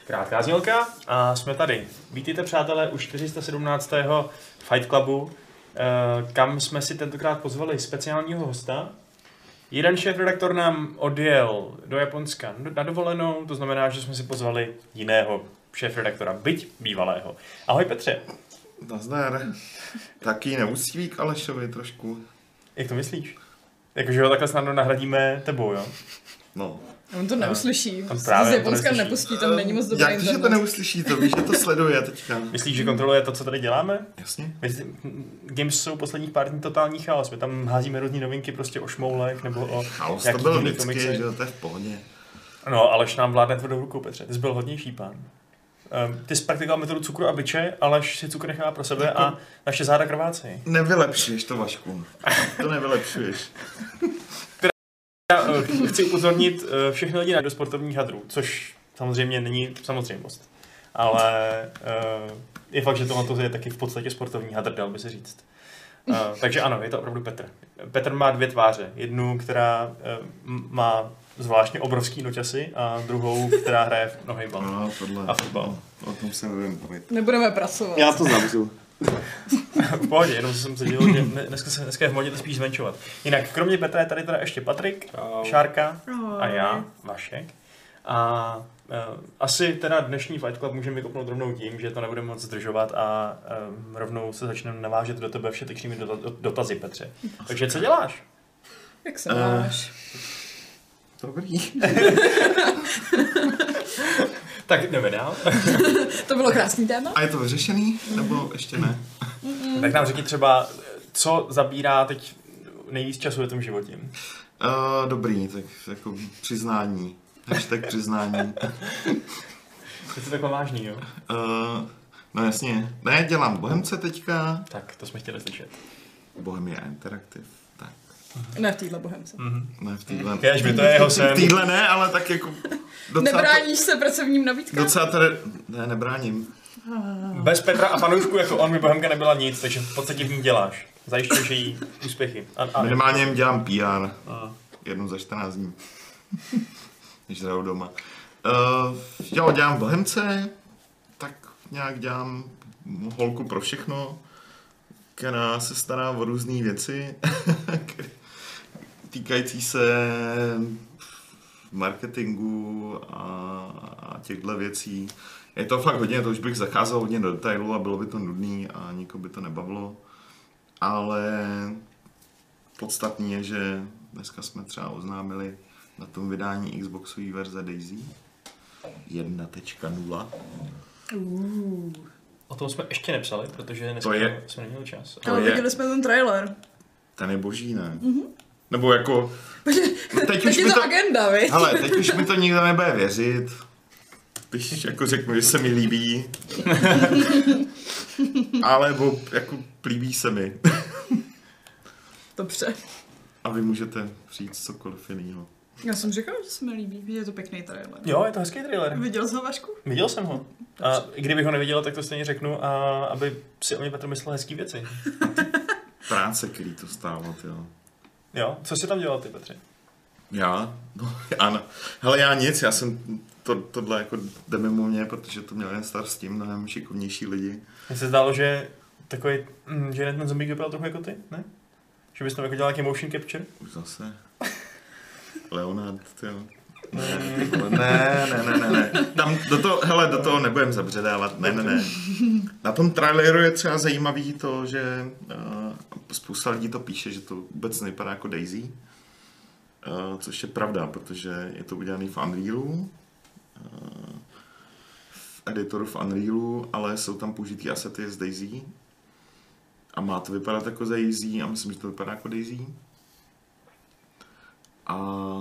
Krátká znělka a jsme tady. Vítejte, přátelé, u 417. Fight Clubu, kam jsme si tentokrát pozvali speciálního hosta. Jeden šéfredaktor nám odjel do Japonska na dovolenou, to znamená, že jsme si pozvali jiného šéfredaktora, byť bývalého. Ahoj Petře. Nazdar. Taky neusíví k Alešovi trošku. Jak to myslíš? Jakože ho takhle snadno nahradíme tebou, jo? No. On to neuslyší. On právě z Japonska nepustí, tam není moc dobrý internet. Jak to, že to neuslyší? To víš, že to sleduje teďka. Myslíš, že kontroluje to, co tady děláme? Jasně. Games jsou posledních pár dní totální chaos. My tam házíme různý novinky prostě o šmoulech nebo o chaos to byl vždycky, že to je v pohodě. No, Aleš nám vládne tvrdou rukou, Petře. Ty jsi byl hodně šípán. Ty jsi praktikoval metodu cukru a byče, Aleš si cukr nechává pro sebe a naše záda krvácejí. Nevylepšuješ to, Vašku. To nevylepšuješ. Chci upozornit všechny lidi do sportovních hadrů, což samozřejmě není samozřejmost. Ale je fakt, že tohle je taky v podstatě sportovní hadr, dal by se říct. Takže ano, je to opravdu Petr. Petr má dvě tváře. Jednu, která má zvláštně obrovský noťasy a druhou, která hraje v nohejbal a fotbal. O tom se nebudeme bavit. Nebudeme pracovat. Já to zavřu. V pohodě, jenom jsem se dělal, že dneska je v modě to spíš zmenšovat. Jinak, kromě Petra je tady teda ještě Patrik, Šárka a já, Vašek. A asi teda dnešní Fight Club můžeme vykopnout rovnou tím, že to nebudeme moc zdržovat a rovnou se začneme navážet do tebe všetečnými dotazy, Petře. Takže co děláš? Jak se máš? Dobrý. Tak jdeme dál. To bylo krásný téma. A je to vyřešený? Nebo ještě ne? Tak nám řekni třeba, co zabírá teď nejvíc času v tom životě? Dobrý, tak jako přiznání. Hashtag přiznání. Je to takhle vážný, jo? No jasně. Ne, dělám Bohemce teďka. Tak, to jsme chtěli slyšet. Bohemia Interactive. Tak. Ne v téhle Bohemce. Ne v téhle. Kéž to je jeho sen. V téhle ne, ale tak jako... Nebráníš se pracovním nabídkám? Docela tady... Ne, nebráním. Bez Petra a fanoušku jako on by Bohemka nebyla nic, takže v podstatě v ní děláš. Zajišťuješ její úspěchy. Minimálně jim dělám PR. Jednou za 14 dní. Když hraju doma. Jo, dělám Bohemce, tak nějak dělám holku pro všechno, která se stará o různé věci, týkající se marketingu a těchto věcí. Je to fakt hodně, to už bych zacházel hodně do detailu a bylo by to nudný a nikoho by to nebavilo. Ale podstatný je, že dneska jsme třeba oznámili na tom vydání Xboxové verze DayZ 1.0. O tom jsme ještě nepsali, protože dneska jsme neměli čas. Ale viděli jsme ten trailer. Ten je boží, ne? Nebo jako... Teď už je to agenda, viď? Hele, teď už mi to nikdo nebude věřit. Když jako řeknu, že se mi líbí. Ale jako líbí se mi. Dobře. A vy můžete říct cokoliv jinýho. Já jsem říkal, že se mi líbí, je to pěkný trailer. Jo, je to hezký trailer. Viděl jsi ho, Vašku? Viděl jsem ho. A i kdybych ho neviděl, tak to stejně řeknu, a aby si o mě Petr myslel hezký věci. Práce, který to stálo, jo. Jo, co jsi tam dělal ty, Petře? Já? No, ano. Hele, já nic, já jsem tohle jako jde mimo mě, protože to měl jen s tím mnohem šikovnější lidi. Mně se zdálo, že takový, že ten zombík vypadal trochu jako ty, ne? Že bys tam jako dělal nějaký motion capture? Už zase. Leonard, jo. Ne. Tam do toho nebudem zabředávat, ne. Na tom traileru je třeba zajímavý to, že spousta lidí to píše, že to vůbec nevypadá jako DayZ. Což je pravda, protože je to udělané v Unrealu, v editoru v Unrealu, ale jsou tam použitý asety z DayZ. A má to vypadat jako DayZ a myslím, že to vypadá jako DayZ. A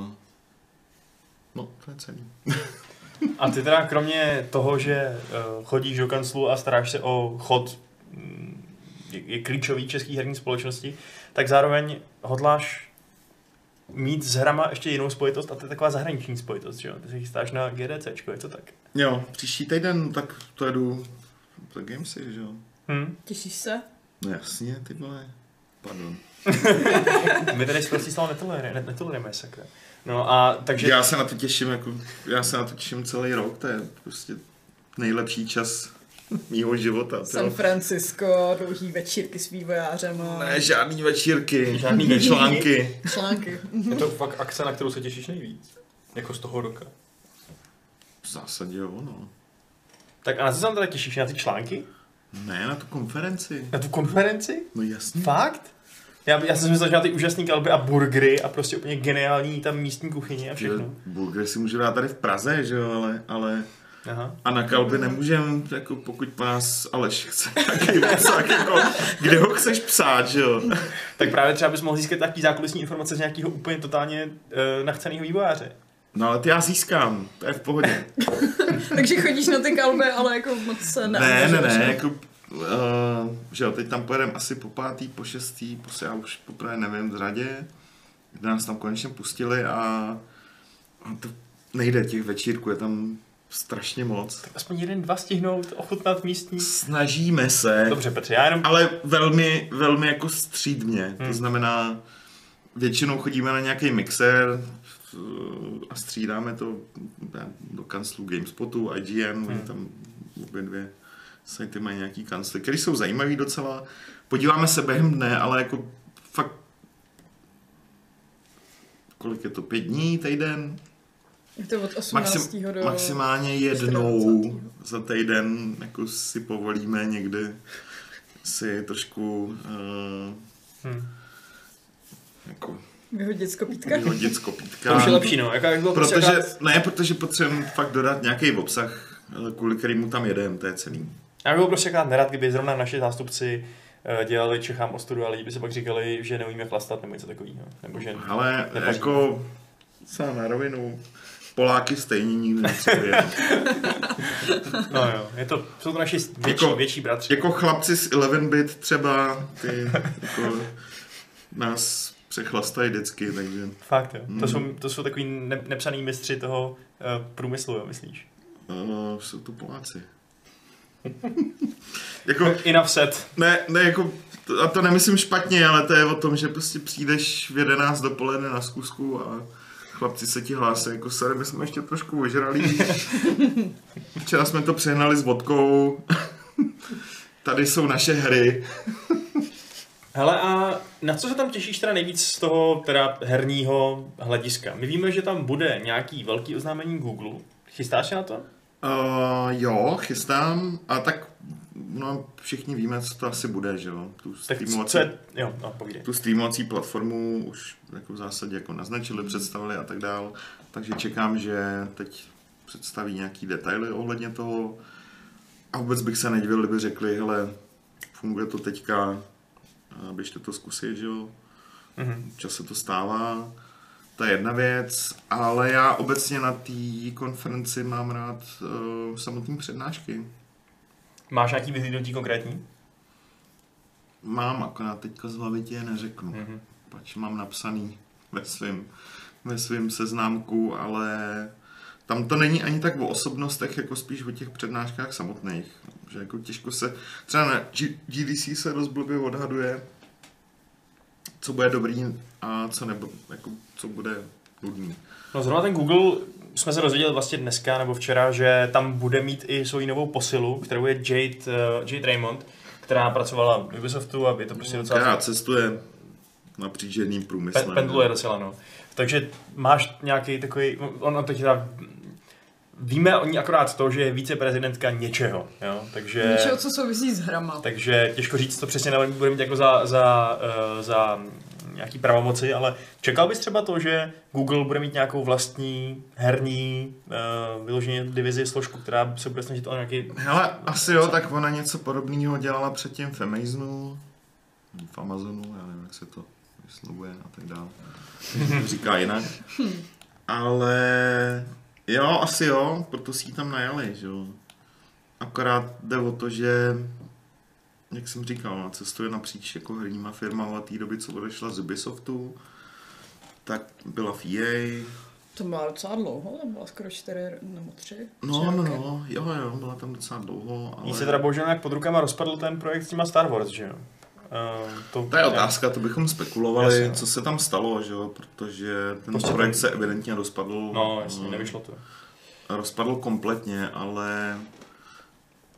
no, to je celý. A ty teda kromě toho, že chodíš do kanclu a staráš se o chod je klíčový český herní společnosti, tak zároveň hodláš mít s hrama ještě jinou spojitost a to je taková zahraniční spojitost, že jo? Ty se chystáš na GDCčko, je to tak? Jo, příští týden, tak to jedu za Gamesy, že jo? Těšíš se? No jasně, ty vole. Pardon. My tady zprostý slovo netolerujeme, sakra. No a takže... Já se na to těším celý rok, to je prostě nejlepší čas mýho života. San Francisco, dlouhý večírky s vývojářem. Ne, žádný večírky, Žádný články. Články. Je to fakt akce, na kterou se těšíš nejvíc? Jako z toho roka. V zásadě jo, no. Tak a na co se tam teda těšíš? Na ty články? Ne, na tu konferenci. Na tu konferenci? No jasně. Fakt? Já jsem myslel, že na ty úžasný kalby a burgery a prostě úplně geniální tam místní kuchyně a všechno. Burgery si můžu dát tady v Praze, že jo, ale Aha. a na kalby nemůžem, jako pokud po nás Aleš chce nějaký obsah, jako kde ho chceš psát, že jo. Tak právě třeba bys mohl získat takový zákulisní informace z nějakého úplně totálně nachceného vývojáře. No ale ty já získám, to je v pohodě. Takže chodíš na ty kalby, ale jako moc se Ne, jako, že jo, teď tam pojedeme asi po 5., po 6., já už poprvé nevím v řadě, kde nás tam konečně pustili a to nejde, těch večírků je tam strašně moc. Tak aspoň 1-2 stihnout, ochutnat místní. Snažíme se. Dobře, Petře, já jenom... Ale velmi, velmi jako střídmě. To znamená, většinou chodíme na nějaký mixer a střídáme to do kanclu GameSpotu, IGN, tam obě dvě sajty mají nějaký kancly, které jsou zajímavý docela. Podíváme se během dne, ale jako fakt kolik je to, 5 dní, týden? Je to od 18. do... Maximálně jednou za týden jako si povolíme někdy si trošku jako vyhodit z kopítka. To už je lepší, no. Protože potřebujeme fakt dodat nějaký obsah, kvůli kterému tam jedeme, to je celý. Já bych byl prostě nerad, kdyby zrovna naši zástupci dělali Čechám ostudu a lidi by se pak říkali, že neumíme chlastat nebo něco takového. Nebo že ale jako sám na rovinu, Poláky stejně nikdy nepřijde. No jo, jsou to naši větší bratři. Jako chlapci z 11-bit třeba, ty jako nás přechlastají vždycky, takže... Fakt jo, to jsou takový nepsaný mistři toho průmyslu, jo, myslíš? Jsou to Poláci. Jako, enough said. Ne, jako, a to nemyslím špatně, ale to je o tom, že prostě přijdeš v 11 dopoledne na zkusku a chlapci se ti hlásí, jako sorry, my jsme ještě trošku ožralí. Včera jsme to přehnali s vodkou. Tady jsou naše hry. Hele, a na co se tam těšíš teda nejvíc z toho teda herního hlediska? My víme, že tam bude nějaký velký oznámení Google. Chystáš se na to? Jo, chystám. A tak no, všichni víme, co to asi bude, že jo? Tu streamovací platformu už jako v zásadě jako naznačili, představili a tak dál. Takže čekám, že teď představí nějaký detaily ohledně toho. A vůbec bych se nedivil, kdyby řekli, hele, funguje to teďka, běžte to zkusit, že jo? Čas se to stává. To je jedna věc, ale já obecně na té konferenci mám rád samotné přednášky. Máš nějaký vyhlídnutí konkrétní? Mám, akorát teďka z hlavy ti je neřeknu. Pač mám napsaný ve svým seznámku, ale tam to není ani tak o osobnostech, jako spíš o těch přednáškách samotných. Že jako těžko se, třeba na GDC se dost blbě odhaduje, co bude dobrý a co bude nudný. No zrovna ten Google jsme se dozvěděli vlastně dneska nebo včera, že tam bude mít i svoji novou posilu, kterou je Jade Raymond, která pracovala v Ubisoftu a je to prostě docela... Která cestuje napříč jedným průmyslem. Pendluje docela, no. Takže máš nějaký takový... Ono teď teda... Víme o ní akorát to, že je viceprezidentka něčeho, jo, takže... Něčeho, co souvisí s hrama. Takže těžko říct, to přesně bude mít jako za nějaký pravomoci, ale čekal bys třeba to, že Google bude mít nějakou vlastní herní vyloženě divizi, složku, která se bude snažit o nějaký... Hele, asi jo, tak ona něco podobného dělala předtím v Amazonu, v Amazonu, já nevím, jak se to vyslovuje a tak dále. Říká jinak. Ale jo, asi jo, proto si ji tam najali, že jo. Akorát jde o to, že jak jsem říkal, cestuje napříč jako herníma firmama té doby, co odešla z Ubisoftu, tak byla v EA. To byla docela dlouho, tam byla skoro 4 nebo 3. No, jo, byla tam docela dlouho, ale... Jí se teda bohužel nějak pod rukama rozpadl ten projekt s těma Star Wars, že jo? To je otázka, to bychom spekulovali, jasně, co se tam stalo, že jo, protože ten projekt se evidentně rozpadl. No, jasně, nevyšlo to. Rozpadl kompletně, ale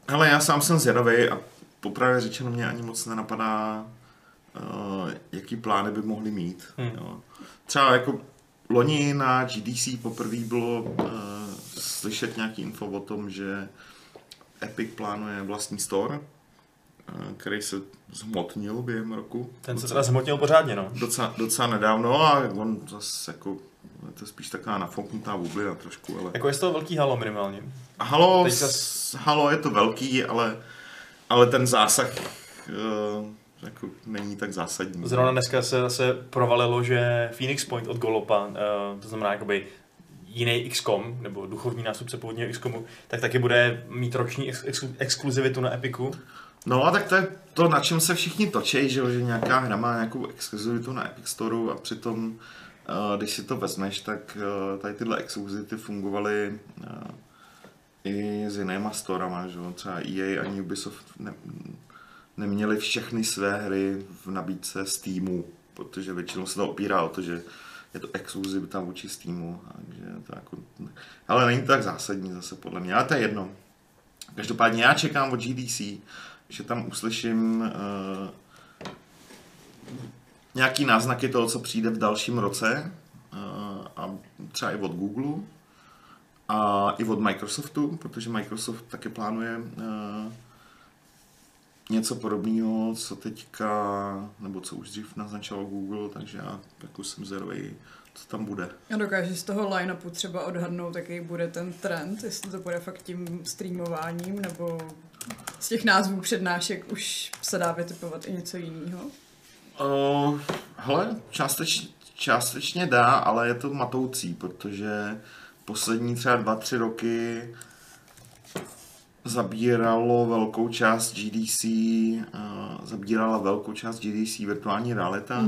Hele, já sám jsem zvědavý a popravdě řečeno mě ani moc nenapadá, jaký plány by mohli mít. Jo. Třeba jako loni na GDC poprvé bylo slyšet nějaký info o tom, že Epic plánuje vlastní store, který se zhmotnil během roku. Ten se teda zhmotnil pořádně, no. Docela nedávno a on zase jako, je to spíš taková nafouknutá bublina trošku, ale... Jako je z toho velký halo minimálně. Halo je to velký, ale ten zásah jako není tak zásadní. Zrovna dneska se zase provalilo, že Phoenix Point od Golopa, to znamená jakoby jiný XCOM, nebo duchovní nástupce původního XCOMu, tak taky bude mít roční exkluzivitu na Epiku. No a tak to je to, na čem se všichni točí, že nějaká hra má nějakou exkluzivitu na Epic Storeu a přitom, když si to vezmeš, tak tady tyhle exkluzivity fungovaly i s jinýma storama, že třeba EA ani Ubisoft neměli všechny své hry v nabídce Steamu, protože většinou se to opírá o to, že je to exkluzivita vůči Steamu, takže to jako... Ale není to tak zásadní zase podle mě, ale to je jedno. Každopádně já čekám od GDC, že tam uslyším nějaký náznaky toho, co přijde v dalším roce, a třeba i od Google a i od Microsoftu, protože Microsoft taky plánuje něco podobného, co teďka, nebo co už dřív naznačilo Google, takže já jako jsem zvědavý, co tam bude. A dokážeš z toho line-upu třeba odhadnout, jaký bude ten trend, jestli to bude fakt tím streamováním, nebo z těch názvů přednášek už se dá vytipovat i něco jiného? Hele, částečně dá, ale je to matoucí, protože poslední třeba 2-3 roky zabírala velkou část GDC virtuální realita,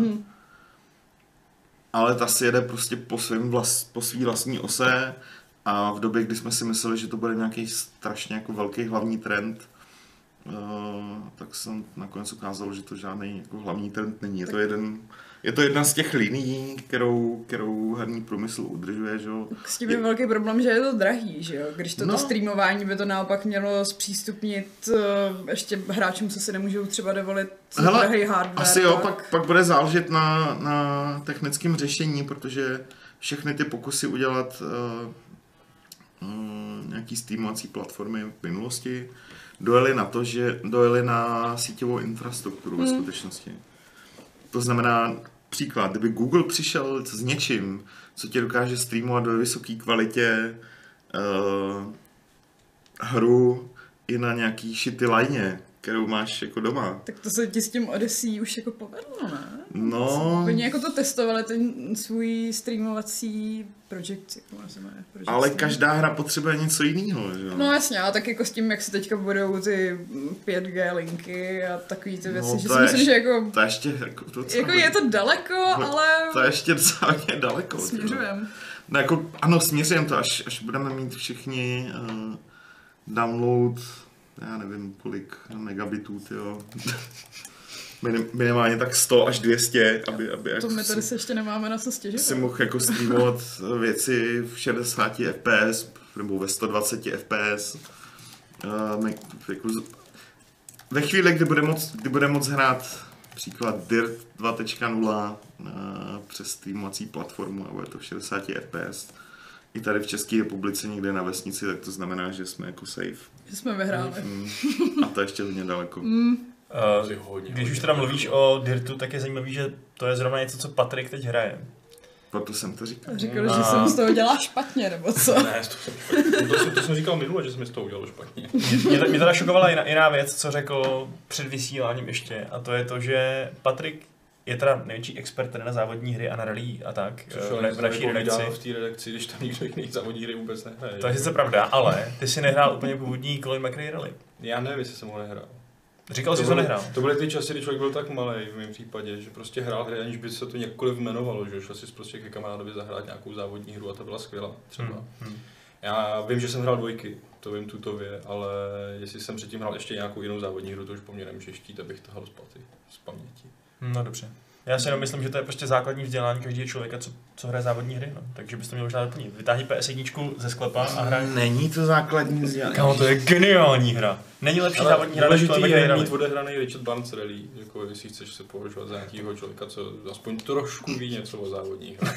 ale ta si jede prostě po svý vlastní ose a v době, kdy jsme si mysleli, že to bude nějaký strašně jako velký hlavní trend, tak jsem nakonec ukázal, že to žádný jako hlavní trend není. Je to jedna z těch linií, kterou herní průmysl udržuje, že jo. S tím je velký problém, že je to drahý, že jo. Když to streamování by to naopak mělo zpřístupnit ještě hráčům, co si nemůžou třeba dovolit drahý hardware. Asi jo, pak bude záležet na technickém řešení, protože všechny ty pokusy udělat nějaký streamovací platformy v minulosti dojeli na to, že dojeli na síťovou infrastrukturu ve skutečnosti. To znamená, příklad, kdyby Google přišel s něčím, co tě dokáže streamovat do vysoké kvalitě hru i na nějaký shitty line, kterou máš jako doma. Tak to se ti s tím Odyssey už jako povedlo, ne? No... Oni jako to testovali, ten svůj streamovací projekt, ale každá hra potřebuje něco jiného, že jo? No jasně, ale tak jako s tím, jak se teďka budou ty 5G linky a takový ty věci, že si myslím, že jako... To ještě jako je to daleko, ale... To je ještě docela daleko. Směřujem. No jako, ano, směřujem to, až budeme mít všichni download, já nevím kolik megabitů, tyjo. Minimálně tak 100 až 200, aby to jako my tady se ještě nemáme na co stěžovat. Si mohl jako streamovat věci v 60 fps nebo ve 120 fps. Ve chvíli, kdy bude moc hrát příklad Dirt 2.0 přes streamovací platformu a bude to v 60 fps, i tady v České republice někde na vesnici, tak to znamená, že jsme jako safe. Že jsme vyhráli. A to ještě hodně daleko. Když už teda mluvíš o Dirtu, tak je zajímavý, že to je zrovna něco, co Patrik teď hraje. Proto jsem to říkal. Říkal, že jsem z toho dělal špatně, nebo co? Ne, to jsem říkal minule, že jsem z toho udělal špatně. Mě teda šokovala jiná věc, co řekl před vysíláním ještě, a to je to, že Patrik je teda největší expert tady na závodní hry a na rally a tak v naší redakci. V té redakci, když tam nikdo jiný závodní hry vůbec nehraje. To je sice pravda, ale ty si nehrál úplně původní Colin McRae rally. Já nevím, jestli jsem ho nehrál. Říkal jsi, že to nehrál. To byly ty časy, kdy člověk byl tak malý v mém případě, že prostě hrál hry, aniž by se to někkoliv jmenovalo, že šel si prostě ke kamarádovi zahrát nějakou závodní hru a ta byla skvělá třeba. Já vím, že jsem hrál dvojky, to vím tutově, ale jestli jsem předtím hrál ještě nějakou jinou závodní hru, to už po mně nemůže štít, abych tahal z paměti. No dobře. Já si jenom myslím, že to je prostě základní vzdělání každého člověka, co hraje závodní hry, no. Takže byste měli možná doplnit. Vytáhni PS1 ze sklepa a hraje. Není to základní vzdělání. Kámo, to je geniální hra. Není lepší závodní hra, než člověk, který mít odehraný Richard Barnes Rally, jako jestli chceš se považovat za nějakého člověka, co aspoň trošku ví něco o závodních hrách.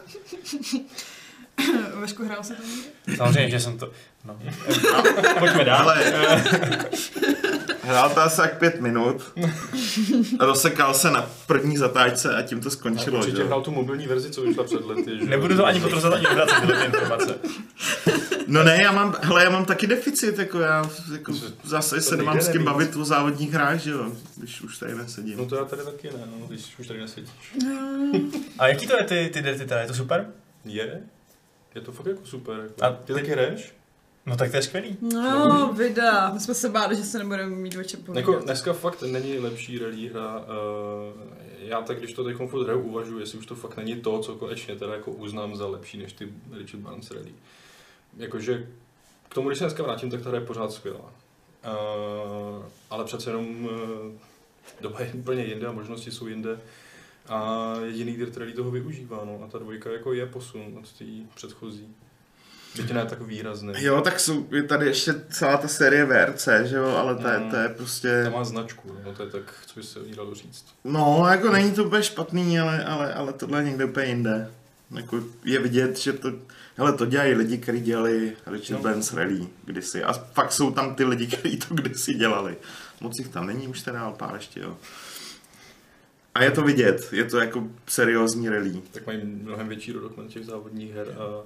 Vašku, hrál se to někdy? Samozřejmě, že jsem to... No. Pojďme dál. Ale hrál to asi tak 5 minut. Rozsekal se na první zatáčce a tím to skončilo. Já určitě hrál tu mobilní verzi, co vyšla před lety. Že? Nebudu to ani potvrzovat, ani vracet tyhle informace. No ne, já mám taky deficit, jako já jako zase se nemám s kým bavit o závodních hrách, že jo, když už tady nesedím. No to já tady taky ne, no, když už tady nesedíš. A jaký to je ty Dirty teda? Je to super? Je to fakt jako super. Jako. A ty taky hraješ? No tak to je skvělý. No, vida. My jsme se báli, že se nebudeme mít o čem povídat. Jako dneska fakt není lepší rally hra. Já tak, když to teď furt hraju, uvažuji, jestli už to fakt není to, co konečně teda jako uznám za lepší než ty Richard Barnes Rally. Jakože k tomu, když se dneska vrátím, tak ta hra je pořád skvělá. Ale přece jenom doba je úplně jinde a možnosti jsou jinde. A jediný Dirt Rally toho využívá, no. A ta dvojka jako je posun od té předchozí. Byť ne tak výrazný. Jo, tak je tady ještě celá ta série VRC, že jo, ale to je prostě... Ta má značku, no to je tak, co by se o ní dalo říct. No, jako není to úplně špatný, ale tohle je někde úplně jinde. Jako je vidět, že to... Hele, to dělají lidi, kteří dělali Richard Barnes Rally kdysi. A fakt jsou tam ty lidi, kteří to kdysi dělali. Moc jich tam není už teda, ale pár ještě, jo. A je to vidět, je to jako seriózní rally. Tak mají mnohem větší rodokmen těch závodních her a...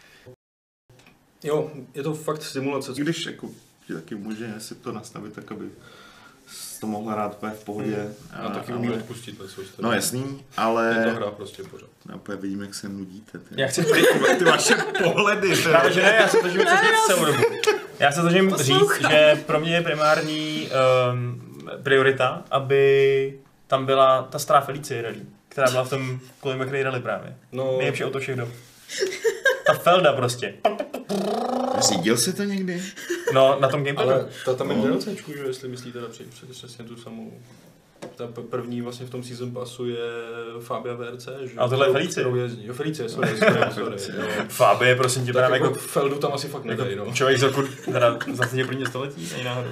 Jo, je to fakt simulace. Když jako taky může si to nastavit tak, aby to mohl hrát v pohodě. A taky umí odpustit. No jasný, ale... Je to hra prostě pořád. Já úplně vidím, jak se nudíte. Já chci ty vaše pohledy. Právě, že ne, já se to žiju celou dobu. Já se to žiju říct, že pro mě je primární priorita, aby tam byla ta Strá Felicie rally, která byla v tom Colin McRae rally právě. No. Nejlepší auto všech dob. Ta Felda prostě. Řídil jsi to někdy? No, na tom gamepadu. Ale ta tam je DLCčku, že jestli myslíte přesně tu samou. Ta první vlastně v tom season passu je Fabia VRC, že? A tohle je Felicie. Jo, Felicie, sorry. Fabie, prosím tě, tak právě jako Feldu tam asi fakt nedej, no. Člověk z roku, teda zase první století, ani náhodou.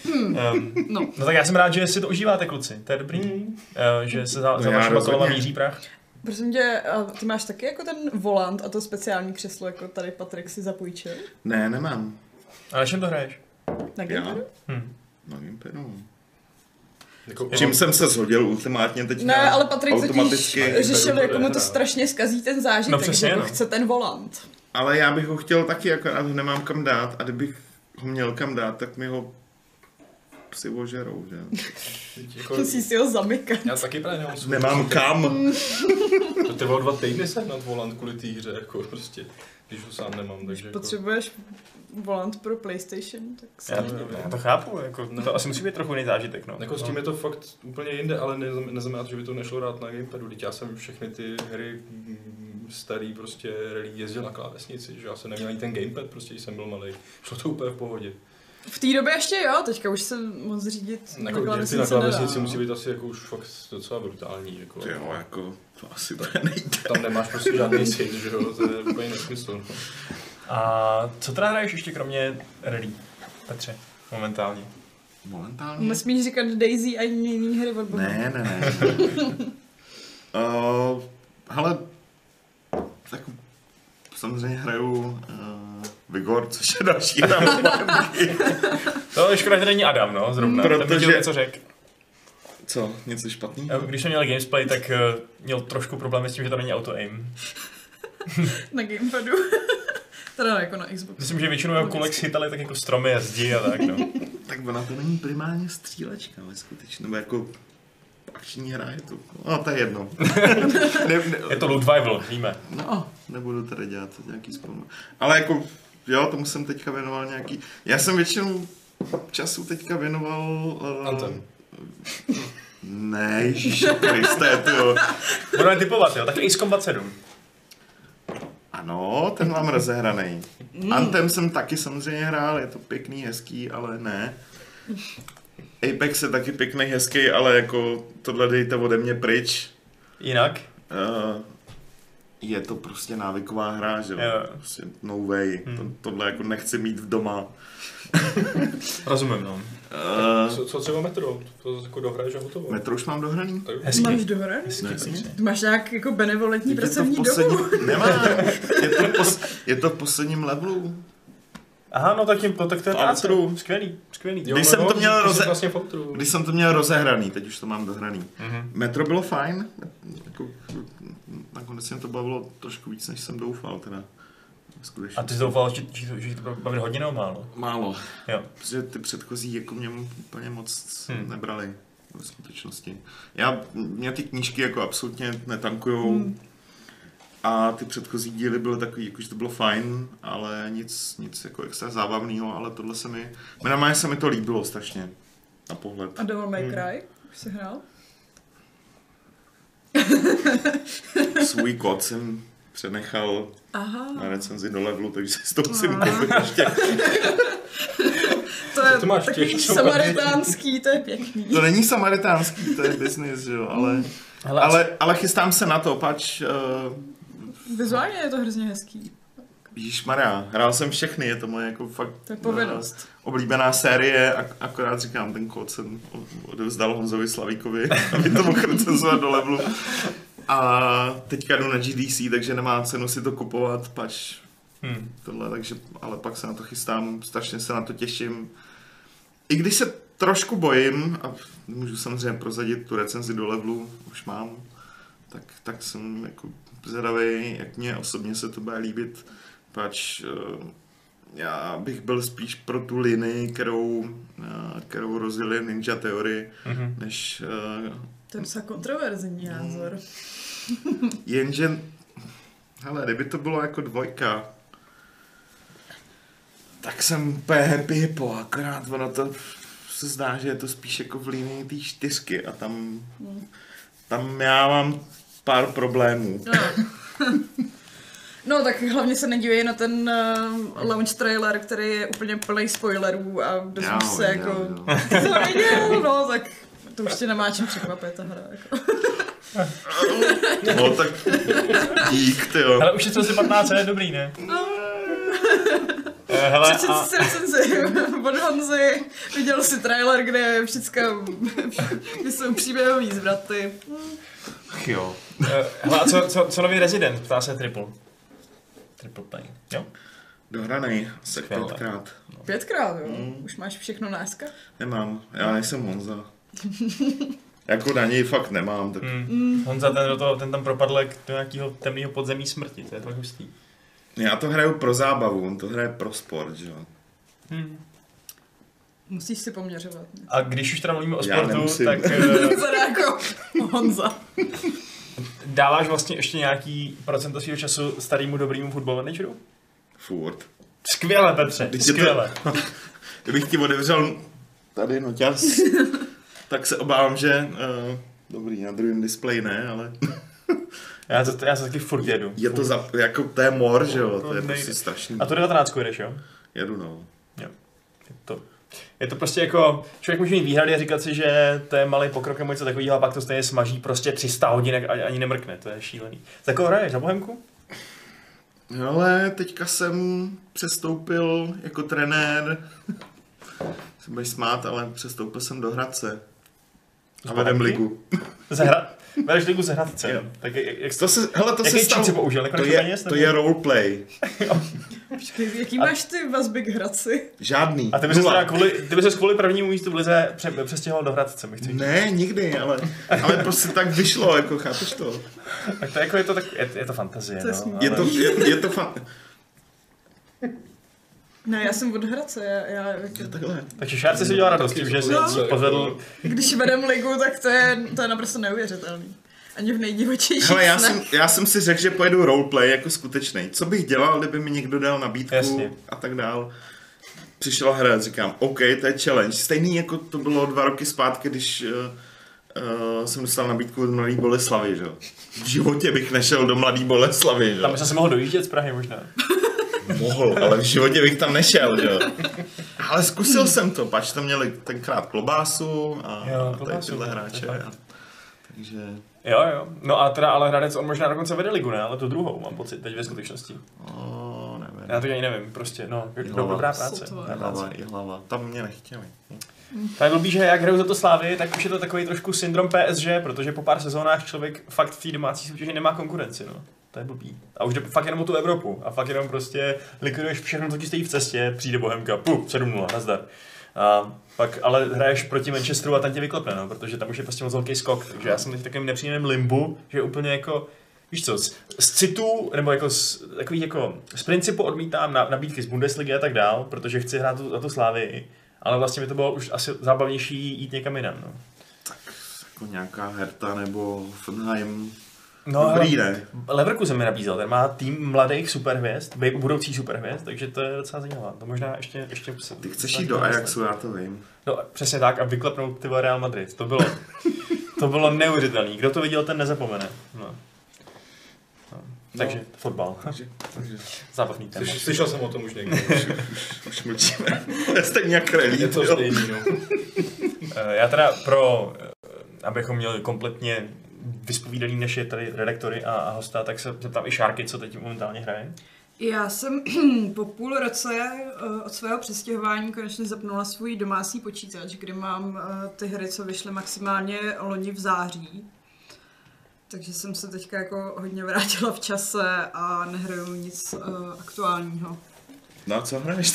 No tak já jsem rád, že si to užíváte, kluci, to je dobrý. Že se za vašima kolama míří prach. Prosím tě, ty máš taky jako ten volant a to speciální křeslo, jako tady Patrik si zapůjčil? Ne, nemám. A na čem to hraješ? Na gamepadu? Na gamepadu. Jako, čím jsem se shodil ultimátně teďka. Ne, ale Patrik automaticky totiž řešil, jako mu to strašně zkazí ten zážitek, no přesně, že no. chce ten volant. Ale já bych ho chtěl taky, akorát ho nemám kam dát a kdybych ho měl kam dát, tak mi ho psi ožerou, že? Jako, musí si ho zamykat. Já taky právě nemám kam. To ty 2 týdny sehnat volant kvůli té hře, jako prostě, když ho sám nemám, takže jako... Potřebuješ volant pro PlayStation, tak já to chápu, jako, to asi musí být trochu jiný zážitek, no. Jako s tím je to fakt úplně jinde, ale neznamená to, že by to nešlo rád na gamepadu, teď já jsem všechny ty hry starý prostě rally jezdil na klávesnici, že já jsem neměl ani ten gamepad, prostě když jsem byl malý, šlo to úplně v pohodě. V té době ještě jo, teďka už se moc řídit jako na klávesnici musí být asi jako už fakt docela brutální. Jako, jo, jako to asi to nejde. Tam nemáš prostě žádný sit, že jo, to je úplně nesmysl. A co teda hraješ ještě kromě rally, Petře, momentálně? Momentálně? Nesmíš říkat Daisy a jiný hry od Boha. Ne. Hele, tak samozřejmě hraju Vigor, což je další hra. To je škoda, že není Adam, no, zrovna. Protože... Ten něco řekl. Co? Něco špatného? Když jsem měl Gamesplay, tak měl trošku problémy s tím, že tam není auto-aim. Na gamepadu. Teda jako na Xboxu. Myslím, že většinou jako kulek schytali tak jako stromy a zdi a tak, no. Tak ona to není primárně střílečka, ale skutečně, nebo jako akční hra je to, no to je jedno. Je to Lootvival, víme. No, nebudu tady dělat nějaký spolu. Ale jako, jo, tomu jsem teďka věnoval nějaký, já jsem většinu času teďka věnoval... Anthem. Ne, Ježíši Kriste, tyjo. Budeme typovat, jo, tak Ace Combat 7. Ano, ten mám rozehranej. Anthem jsem taky samozřejmě hrál, je to pěkný, hezký, ale ne. Apex je taky pěkný, hezký, ale jako tohle dejte ode mě pryč. Jinak? Je to prostě návyková hra, že jo? Prostě no way. Tohle jako nechci mít v doma. Rozumím, no. Co třeba Metro? To jako dohraješ a hotovo. Metro už mám dohraný. Hezky. Máš dohraný? Ty máš nějak jako benevolentní pracovní dobu? Nemám. Je to v posledním levelu. Aha, no tak to je práce. Skvělý. Jo, Když jsem to měl rozehraný, teď už to mám dohraný. Metro bylo fajn. Jako, nakonec mě to bavilo trošku víc, než jsem doufal teda. Skutečně. A ty jsi doufal, že to bavit hodně nebo málo? Málo. Jo. Protože ty předchozí jako mě úplně moc nebrali ve skutečnosti. Mě ty knížky jako absolutně netankujou. A ty předchozí díly byly takový, jakože to bylo fajn, ale nic jako extra zábavného, ale tohle se mi to líbilo strašně na pohled. A Devil May Cry? Už jsi hrál? Svůj kód jsem přenechal na recenzi do levelu, takže si to musím koupit ještě. To je takový samaritánský, to je pěkný. To není samaritánský, to je business, že jo, ale chystám se na to, pač... Vizuálně je to hrozně hezký. Ježišmarja, hrál jsem všechny, je to moje jako fakt to je povinnost. Oblíbená série, akorát říkám, ten kód jsem odevzdal Honzovi Slavíkovi, aby to mohl recenzovat do levelu. A teďka jdu na GDC, takže nemá cenu si to kupovat, pač tohle, takže, ale pak se na to chystám, strašně se na to těším. I když se trošku bojím, a můžu samozřejmě prozadit tu recenzi do levelu, už mám, tak jsem jako zvědavý, jak mě osobně se to bude líbit, pač já bych byl spíš pro tu linii, kterou rozdělili Ninja Theory, než... To je docela kontroverzní názor. Jenže, hele, kdyby to bylo jako 2, tak jsem úplně happy hippo, akorát ono to se zdá, že je to spíš jako v linii té 4 a tam já mám pár problémů. No tak hlavně se nedívej na ten launch trailer, který je úplně plný spoilerů a dozvíš se jako... No tak to už tě nemá čím překvapit ta hra. Jako. No tak dík, tyjo. Hele, už je to asi 15, je dobrý, ne? Hele, si recenzi od Honzy, viděl si trailer, kde jsou příběhový zvraty. Jo. Hele, a co nový Resident? Ptá se Triple Play, jo? Dohranej, asi 5krát. 5krát, jo? Už máš všechno náska? Nemám, já nejsem Honza. Jako na něj fakt nemám. Tak... Honza ten tam propadl do nějakého temného podzemí smrti, to je fakt hustý. Já to hraju pro zábavu, on to hraje pro sport, že jo. Musíš si poměřovat. A když už teda mluvíme o sportu, tak... Zada jako Honza. Dáváš vlastně ještě nějaký procento svého času starýmu dobrýmu Football Manageru? Furt. Skvěle, Petře, skvěle. Kdybych ti otevřel tady noťaz, tak se obávám, že... dobrý, na druhém displeji ne, ale... Já se taky furt jedu. Je to jako to je mor, že jo, to je prostě strašný. A to 19 jedeš, jo? Jedu, no. Jo. Je to prostě jako, člověk může mít výhrady a říkat si, že to je malý pokrok nebo něco takového, a pak to stejně smaží prostě 300 hodinek a ani nemrkne, to je šílený. Za koho hraješ, za Bohemku? Ale teďka jsem přestoupil jako trenér, se budeš smát, ale přestoupil jsem do Hradce. A vedem ligu. Vedeš ligu ze Hradce. Tak jaký číci použil? To je roleplay. Počkej, jaký máš ty vazby k Hradci? Žádný. A ty bys se kvůli prvnímu místu v lize přestěhoval do Hradce, bych chtěl. Ne, nikdy, ale prostě tak vyšlo, jako chápeš to. Tak to jako je to fantazie, no. Je to Ne, já jsem od Hradce, takhle. Takže Šárce si udělal radost, že jsi pozvedl... Když vedem ligu, tak to je naprosto neuvěřitelný. Ani v nejdivočejších snech. Já jsem si řekl, že pojedu roleplay jako skutečnej. Co bych dělal, kdyby mi někdo dal nabídku a tak dál. Přišel hrát, říkám, OK, to je challenge. Stejný jako to bylo 2 roky zpátky, když jsem dostal nabídku od Mladý Boleslavy, že? V životě bych nešel do Mladý Boleslavy, že? Tam jsem se mohl dojíždět z Prahy možná. Mohl, ale v životě bych tam nešel, že? Ale zkusil jsem to, pač tam měli tenkrát klobásu a tady tyhle hráče. Takže... Jo. No a teda ale Hradec, on možná dokonce vede ligu, ne? Ale tu druhou, mám pocit, teď ve skutečnosti. Nevím. Já to ani nevím, prostě, no, dobrá práce. Hlava. Tam mě nechtěli. To je blbý, že jak hraju za to Slávy, tak už je to takový trošku syndrom PSG, protože po pár sezónách člověk fakt v té domácí soutěži nemá konkurenci, no. To je blbý. A už jde fakt jenom o tu Evropu. A fakt jenom prostě likviduješ všechno, co ti stojí v cestě, přijde Bohemka, 7-0, nazdar. A pak ale hraješ proti Manchesteru a tam tě vyklepne, no, protože tam už je prostě moc velký skok. Takže já jsem teď v takovém nepříjemném limbu, že úplně jako, víš co, z citu, nebo jako z principu odmítám nabídky z Bundesligy a tak dál, protože chci hrát za tu Slávii. Ale vlastně by to bylo už asi zábavnější jít někam jinam, no. Tak jako nějaká Hertha nebo Hoffenheim. No, dobrý, ne? Leverkusen mi nabízel, ten má tým mladých superhvězd, budoucí superhvězd, takže to je docela zajímavé. To možná ještě Ty chceš jít do Ajaxu, já to vím. No, přesně tak a vyklepnout ty Real Madrid. To bylo neuvěřitelné. Kdo to viděl, ten nezapomene. No. Takže fotbal. Zábavný téma. Slyšel jsem o tom už někdy. Už mlčíme. Stejně jak Relí. Je to stejný, no. Já teda abychom měli kompletně vyspovídaný naše tady redaktory a hosta, tak se zeptám i Šárky, co teď momentálně hraje. Já jsem po půl roce od svého přestěhování konečně zapnula svůj domácí počítač, kde mám ty hry, co vyšly maximálně loni v září. Takže jsem se teďka jako hodně vrátila v čase a nehraju nic aktuálního. No a co hraješ?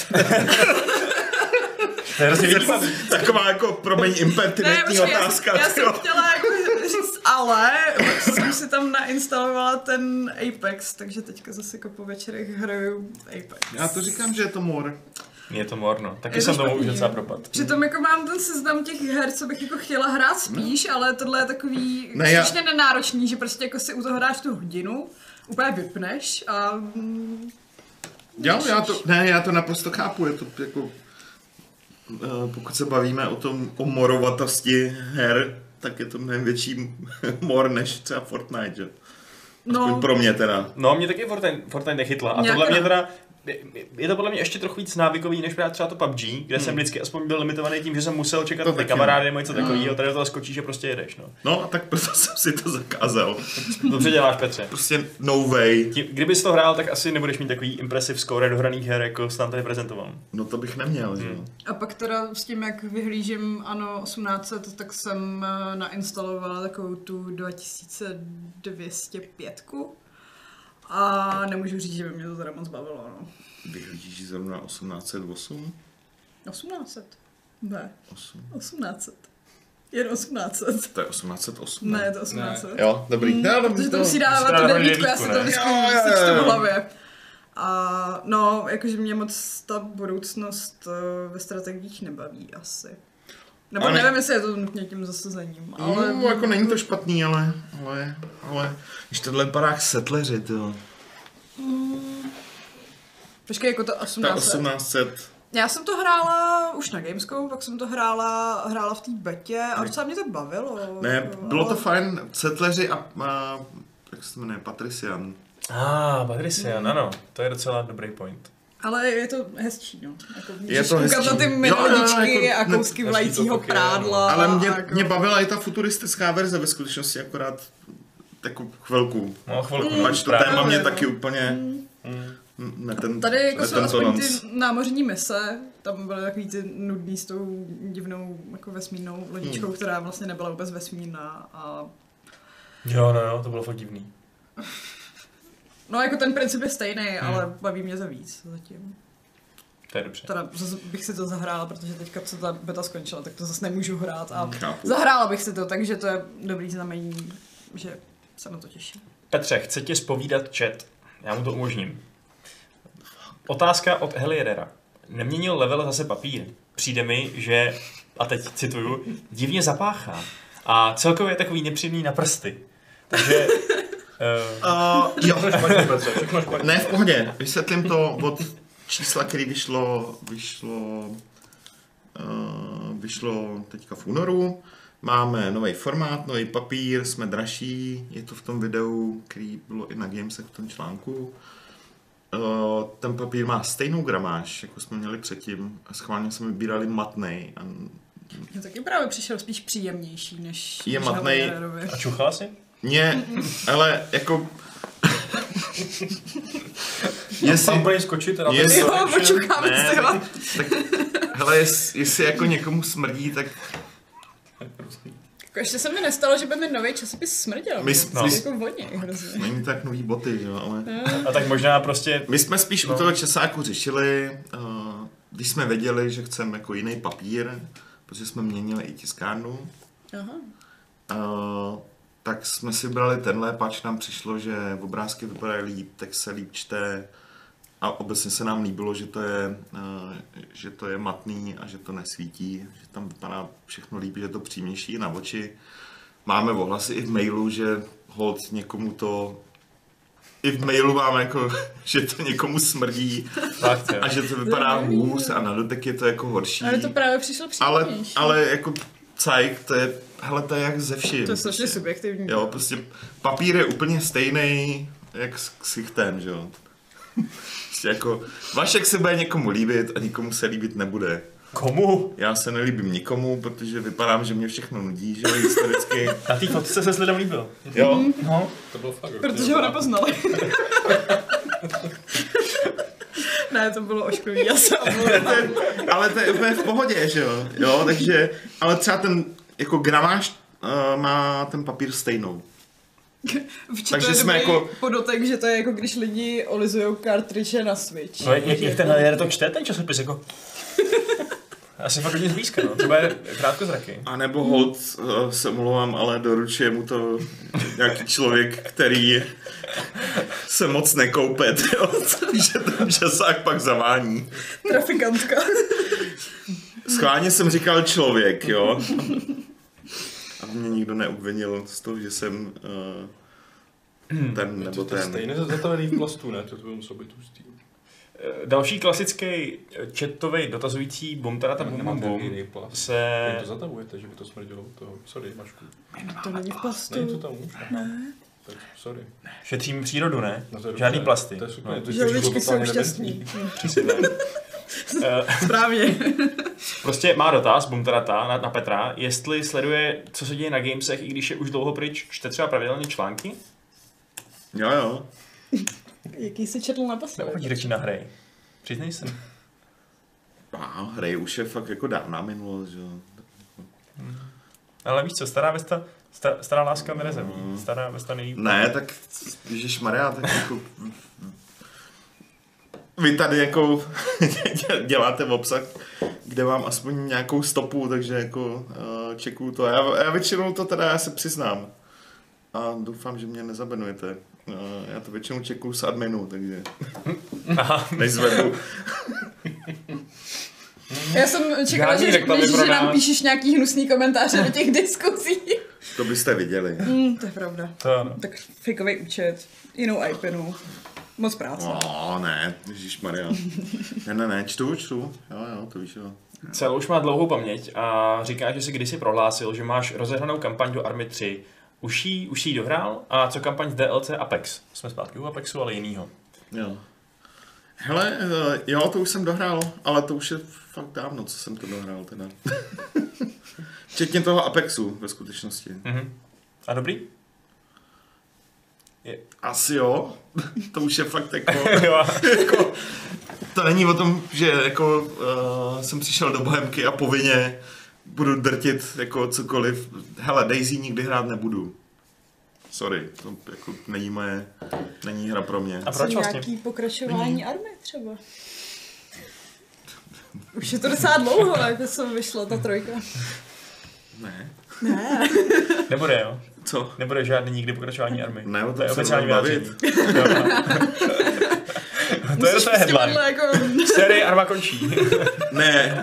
To je hrozně výpadný. Taková jako, promiň, impertinentní otázka. Já jsem chtěla jako říct, ale jsem si tam nainstalovala ten Apex, takže teďka zase jako po večerech hraju Apex. Já to říkám, že je to mor. Je to morno. Taky jsem tomu už docela propad. Přitom jako mám ten seznam těch her, co bych jako chtěla hrát spíš, ale tohle je takový strašně nenáročný, že prostě jako si u toho dáš tu hodinu, úplně vypneš a... Já to naprosto chápu, je to jako... Pokud se bavíme o morovatosti her, tak je to mnohem větší mor než třeba Fortnite, že? Aspoň pro mě teda. No, mě taky Fortnite nechytla. A tohle mě teda... Je to podle mě ještě trochu víc návykový, než třeba to PUBG, kde jsem vždycky aspoň byl limitovaný tím, že jsem musel čekat na kamarády nebo něco takového, tady do toho skočíš a prostě jedeš, no. No a tak proto jsem si to zakázal. Dobře děláš, Petře. Prostě no way. Kdybys to hrál, tak asi nebudeš mít takový impressive score dohraných her, jako jsi tam tady prezentoval. No to bych neměl, že? A pak teda s tím, jak vyhlížím ANO 1800, tak jsem nainstalovala takovou tu 2205. A nemůžu říct, že by mě to teda moc bavilo, no. Vyhlížíš zrovna 1808? 1800? Ne. 1800. Jen 1800. To je 1808. Ne, to je 1800. Ne. Jo, dobrý. Protože to musí dávat tu devítku, já si to vždycky sečtu v hlavě. A no, jakože mě moc ta budoucnost ve strategiích nebaví asi. Nebo nevím, jestli je to nutně tím zasazením, ale... No, jako není to špatný, ale když tohle vypadá settleři, jo. Počkej, jako to 1800. Já jsem to hrála už na Gamescomu, pak jsem to hrála v té betě a docela mě to bavilo. Ne, bylo to fajn, settleři a jak se to jmenuje, Patrician. Patrician, ano, to je docela dobrý point. Ale je to hezčí, no. Jako je to hezčí. Na ty melodičky a kousky vlajícího prádla. Ale mě bavila i ta futuristická verze ve skutečnosti, akorát takovou chvilku. No, chvilku. Až to téma mě taky úplně... Tady jako jsou aspoň ty námořní mise, tam byly takový ty nudný s tou divnou jako vesmírnou lodičkou, která vlastně nebyla vůbec vesmírná a... Jo, to bylo fakt divný. No jako ten princip je stejný, ale baví mě to víc zatím. To je dobře. Teda bych si to zahrála, protože teďka, co ta beta skončila, tak to zase nemůžu hrát a zahrála bych si to, takže to je dobrý znamení, že se na to těším. Petře, chce tě zpovídat chat, já mu to umožním. Otázka od Heliedera. Neměnil level zase papír. Přijde mi, že, a teď cituju, divně zapáchá. A celkově je takový nepříjemný na prsty. Takže... Jo, ne, v pohodě. Vysvětlím to od čísla, který vyšlo teďka v únoru. Máme nový formát, nový papír, jsme dražší. Je to v tom videu, který bylo i na Gamesech v tom článku. Ten papír má stejnou gramáž, jako jsme měli předtím. Schválně jsme vybírali matnej. Já taky právě přišel spíš příjemnější, než je matnej. A čuchala si? ale jako... Tam bude skočit, tak, hele, jestli jako někomu smrdí, tak... Jako ještě se mi nestalo, že by mi nový časopis smrděl. Jako vodně, hrozně. Není tak nový boty, jo, ale... A tak možná prostě... My jsme spíš u toho časáku řešili, když jsme věděli, že chceme jako jiný papír, protože jsme měnili i tiskárnu. Tak jsme si brali tenhle, pač nám přišlo, že obrázky vypadají líp, text se líp čte a obecně se nám líbilo, že to je matný a že to nesvítí, že tam vypadá všechno líp, že je to přímější na oči. Máme ohlasy i v mailu, že holt někomu to... I v mailu máme jako, že to někomu smrdí a že to vypadá hůř a na dotek je to jako horší. Ale to právě přišlo příjemnější. Ale jako cajk, to je jak ze vším. To je strašně subjektivní. Jo, prostě papír je úplně stejný jak s ksichtem, že jo. Prostě jako, Vašek se bude někomu líbit a nikomu se líbit nebude. Komu? Já se nelíbím nikomu, protože vypadám, že mě všechno nudí, že jo, historicky. Na té fotce se s lidem líbil. Jo. No. To bylo fakt. Protože ho nepoznali. Ne, to bylo ošklivý, já se omlouvám. Ale to je úplně v pohodě, že jo. Jo, takže, ale třeba ten jako gramáž má ten papír stejnou. Takže jsme jako podotek, že to je jako když lidi olizujou kartridže na Switch. No, jak ten Helier to čte, ten časopis, jako... Asi fakt hodně zblízka, no. Třeba je krátkozraky. A nebo hold, se omlouvám, ale doručuje mu to nějaký člověk, který se moc nekoupe, že ten časák pak zavání. Trafikantka. Schválně jsem říkal člověk, jo. Aby mě nikdo neobvinil z toho, že jsem ten nebo ten. Stejně zatavený v plastu, ne? To by musel být hustý. Další klasický chatový dotazující bum se... to zatavujete, že by to smrdilo toho. Sorry, Mašku. To není v plastu. Není to tam už? Ne. Tak sorry. Šetřím přírodu, ne? No žádný plasty. To je super. No. Želvičky jsou šťastný. Správně. Prostě má dotaz, Bumtarata, na Petra, jestli sleduje, co se děje na gamesech, i když je už dlouho pryč, čte třeba pravidelně články? Jo. Jaký jsi četl naposled? Neochodí řeči na hry. Přiznej se. Hry už je fakt jako dávná minulost, že jo. Ale víš co, stará láska nerezemí. Stará Vesta nejí. Ne, tak ježišmarja, tak jako... Vy tady jako děláte obsah, kde mám aspoň nějakou stopu, takže jako čekuju to. Já většinou to teda, já se přiznám. A doufám, že mě nezabenujete. Já to většinou čekuju z adminu, takže než z webu. Já jsem čekala, že řekneš, že nám píšeš nějaký hnusný komentáře do těch diskuzí. To byste viděli. To je pravda. To. Tak fakeový účet, jinou iPinu. Moc práce. Ne, ježišmarja. Ne, čtu. Jo, to víš, jo. Cel už má dlouhou paměť a říká, že si kdysi prohlásil, že máš rozehranou kampaň do Army 3. Už jí dohrál? A co kampaň z DLC Apex? Jsme zpátky u Apexu, ale jinýho. Jo. Hele, jo, to už jsem dohrál, ale to už je fakt dávno, co jsem to dohrál teda. Včetně toho Apexu ve skutečnosti. A dobrý? Asi jo. To už je fakt jako to není o tom, že jako jsem přišel do Bohemky a povinně budu drtit jako cokoliv. Hele, Daisy nikdy hrát nebudu. Sorry, to jako není hra pro mě. A proč vlastně? Nějaký pokračování Army třeba? Už je to docela dlouho, jak jsem vyšla ta trojka. Ne. Nebude, jo? Co? Nebude žádný nikdy pokračování Army. Ne, o to je tom oficiální se bavit. To je docela headline. Jako... Série Arma končí. Ne,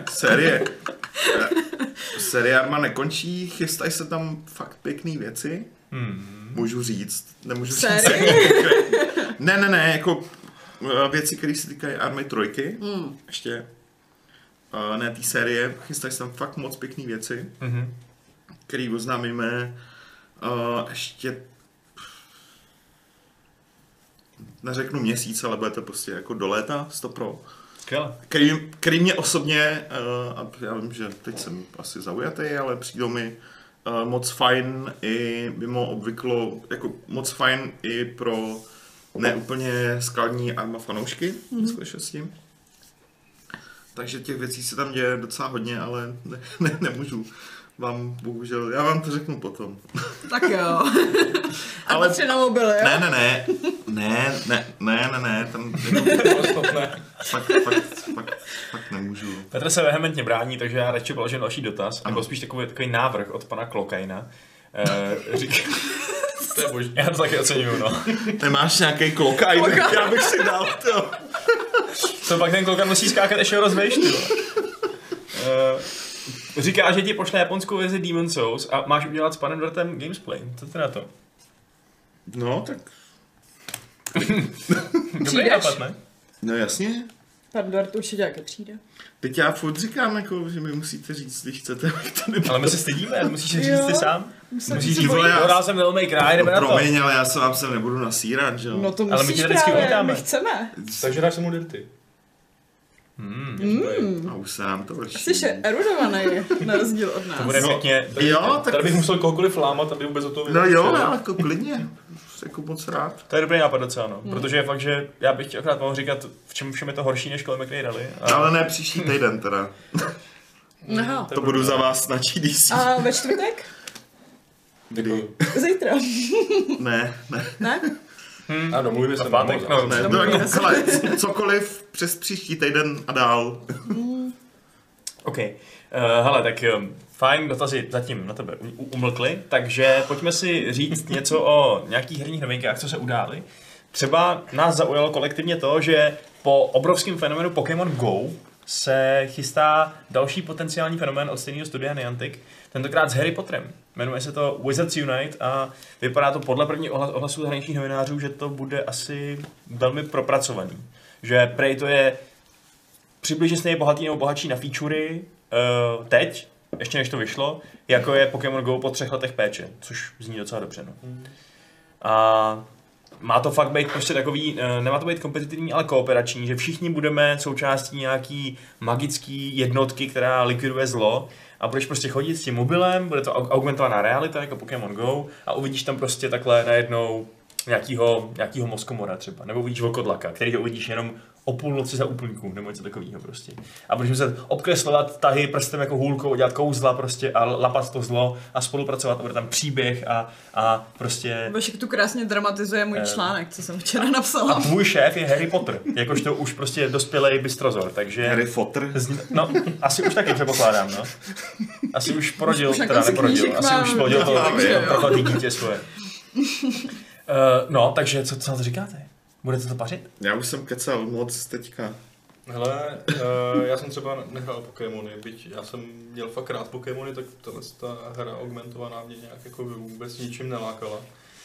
série Arma nekončí, chystají se tam fakt pěkný věci. Můžu říct, nemůžu říct. Ne, jako věci, které se týkají Army 3. Ještě. Ne, té série, chystají se tam fakt moc pěkný věci, který oznámíme ještě neřeknu měsíc, ale bude to prostě jako do léta 100%. Který mě osobně, a já vím, že teď jsem asi zaujatý, ale přijdou mi moc fajn i mimo obvyklo, jako moc fajn i pro neúplně skladní Arma fanoušky v skutečnosti. Takže těch věcí se tam děje docela hodně, ale nemůžu vám, bohužel, já vám to řeknu potom. Tak jo. Ale tři na mobily, jo? Ne, tam fakt nemůžu. Petr se vehementně brání, takže já radši položím další dotaz, nebo spíš takový návrh od pana Klokajna. To je boží. Já to taky oceňuju, no. Nemáš nějaký Klokajn, já bych si dal, to. To pak ten Klokajn musí skákat ještě rozvejš, ty. Říká, že ti pošle japonskou verzi Demon's Souls a máš udělat s panem Dortem Gamesplay. Co ty na to? No, tak... Dobrý nápad, ne? No jasně. Pan Dort určitě nějaké přijde. Teď já furt říkám, jako, že mi musíte říct, když chcete, jak to nebude. Ale my se stydíme, musíš říct ty sám. Musíš říct, říct, hrál jsem Devil May Cry, jdeme na to. Promiň, ale já se vám sem nebudu nasírat, že jo? No to Ale my musíš tě vždycky právě, uvítáme. my chceme. Takže dáš se mu Dirty. A už se nám to vrší. Jsi erudovaný, na rozdíl od nás. To bude pěkně. Jo, tak... Tady bych musel kohokoliv lámat, aby vůbec o toho No jo, jako klidně. Jako moc rád. To je dobrý nápad docela, no. Protože je fakt, že já bych ti akorát mohl říkat, v čem všem je to horší než Colin McRae Rally. Ale ne příští týden teda. Aha. To budu za vás na GDC. A ve čtvrtek? Kdy? Zítra. Ne. Ne? A domluvíme se v pátek, na Ne, to jako, hele, cokoliv přes příští týden a dál. OK. Hele, tak fajn, dotazy zatím na tebe umlkly, takže pojďme si říct něco o nějakých herních novinkách, co se udály. Třeba nás zaujalo kolektivně to, že po obrovském fenoménu Pokémon Go se chystá další potenciální fenomén od stejného studia Niantic, tentokrát s Harry Potterem. Jmenuje se to Wizards Unite a vypadá to podle prvních ohlasů zahraničních novinářů, že to bude asi velmi propracovaný. Že prej to je přibližně stejně bohatý nebo bohatší na featurey teď, ještě než to vyšlo, jako je Pokémon Go po 3 letech péče, což zní docela dobře. No. A má to fakt být prostě takový, nemá to být kompetitivní, ale kooperační, že všichni budeme součástí nějaký magický jednotky, která likviduje zlo a budeš prostě chodit s tím mobilem, bude to augmentovaná realita jako Pokémon Go a uvidíš tam prostě takhle najednou nějakýho mozkomora třeba, nebo uvidíš vlkodlaka, kterýho uvidíš jenom o půlnoci za úplňku, nebo něco takového prostě. A budeš muset obkreslovat tahy prstem jako hůlkou, dělat kouzla prostě a lapat to zlo a spolupracovat a bude tam příběh a prostě... Vašek tu krásně dramatizuje můj článek, co jsem včera napsala. A tvůj šéf je Harry Potter, jakožto už prostě dospělej bystrozor, takže... Harry Potter? No, asi už taky předpokládám, no. Asi už porodil, už teda neporodil, asi už porodil to prokletý dítě svoje. No, takže co na to říkáte? Budete to pařit? Já už jsem kecal moc teďka. Hele, já jsem třeba nehrál Pokémony, byť já jsem měl fakt rád Pokémony, tak ta hra augmentovaná mě nějak jako vůbec ničím nelákala.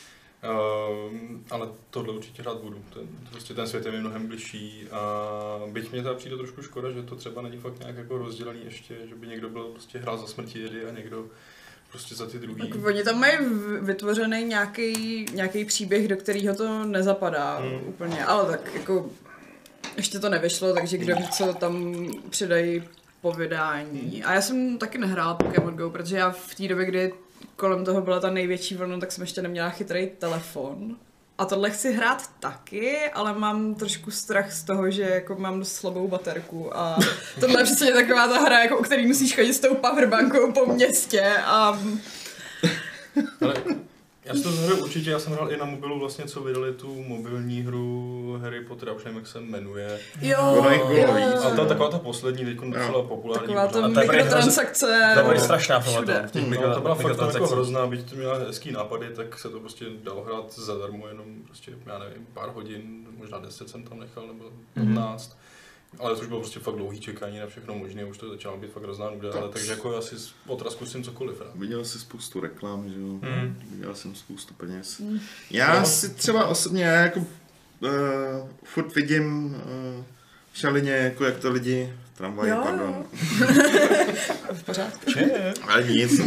Ale tohle určitě rád budu. Ten svět je mi mnohem bližší a byť mě teda přijde trošku škoda, že to třeba není fakt nějak jako rozdělený ještě, že by někdo byl prostě hrál za smrti jedy a někdo prostě za ty druhý. Tak oni tam mají vytvořený nějaký příběh, do kterého to nezapadá úplně, ale tak jako ještě to nevyšlo, takže kdo ví, co tam přidají po vydání. A já jsem taky nehrála Pokémon Go, protože já v té době, kdy kolem toho byla ta největší vlna, tak jsem ještě neměla chytrý telefon. A tohle chci hrát taky, ale mám trošku strach z toho, že jako mám dost slabou baterku a tohle je přesně taková ta hra, jako, u který musíš chodit s tou powerbankou po městě a... Ale já jsem to zahrál určitě, já jsem hrál i na mobilu vlastně, co vydali tu mobilní hru Harry Potter, já už nevím, jak se jmenuje. Jo. A ta taková ta poslední, teď docela populární. Taková ta mikrotransakce. To byla strašná forma. No, to byla fakt jako hrozná, byť to měla hezký nápady, tak se to prostě dalo hrát zadarmo, jenom prostě, já nevím, pár hodin, možná 10 jsem tam nechal, nebo 15. Ale to už bylo prostě fakt dlouhý čekání na všechno možné, už to začalo být fakt hrozná nuda, ale takže jako asi otra zkusím cokoliv. Viděl jsi spoustu reklam, že jo? Viděl jsem spoustu peněz. Já si třeba osobně, já jako furt vidím v Šalině, jako jak to lidi tramvají, pardon. V pořádku. Ale nic.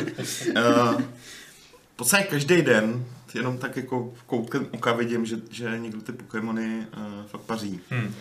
V podstatě každý den jenom tak jako koutkem oka vidím, že někdo ty Pokémony fakt paří.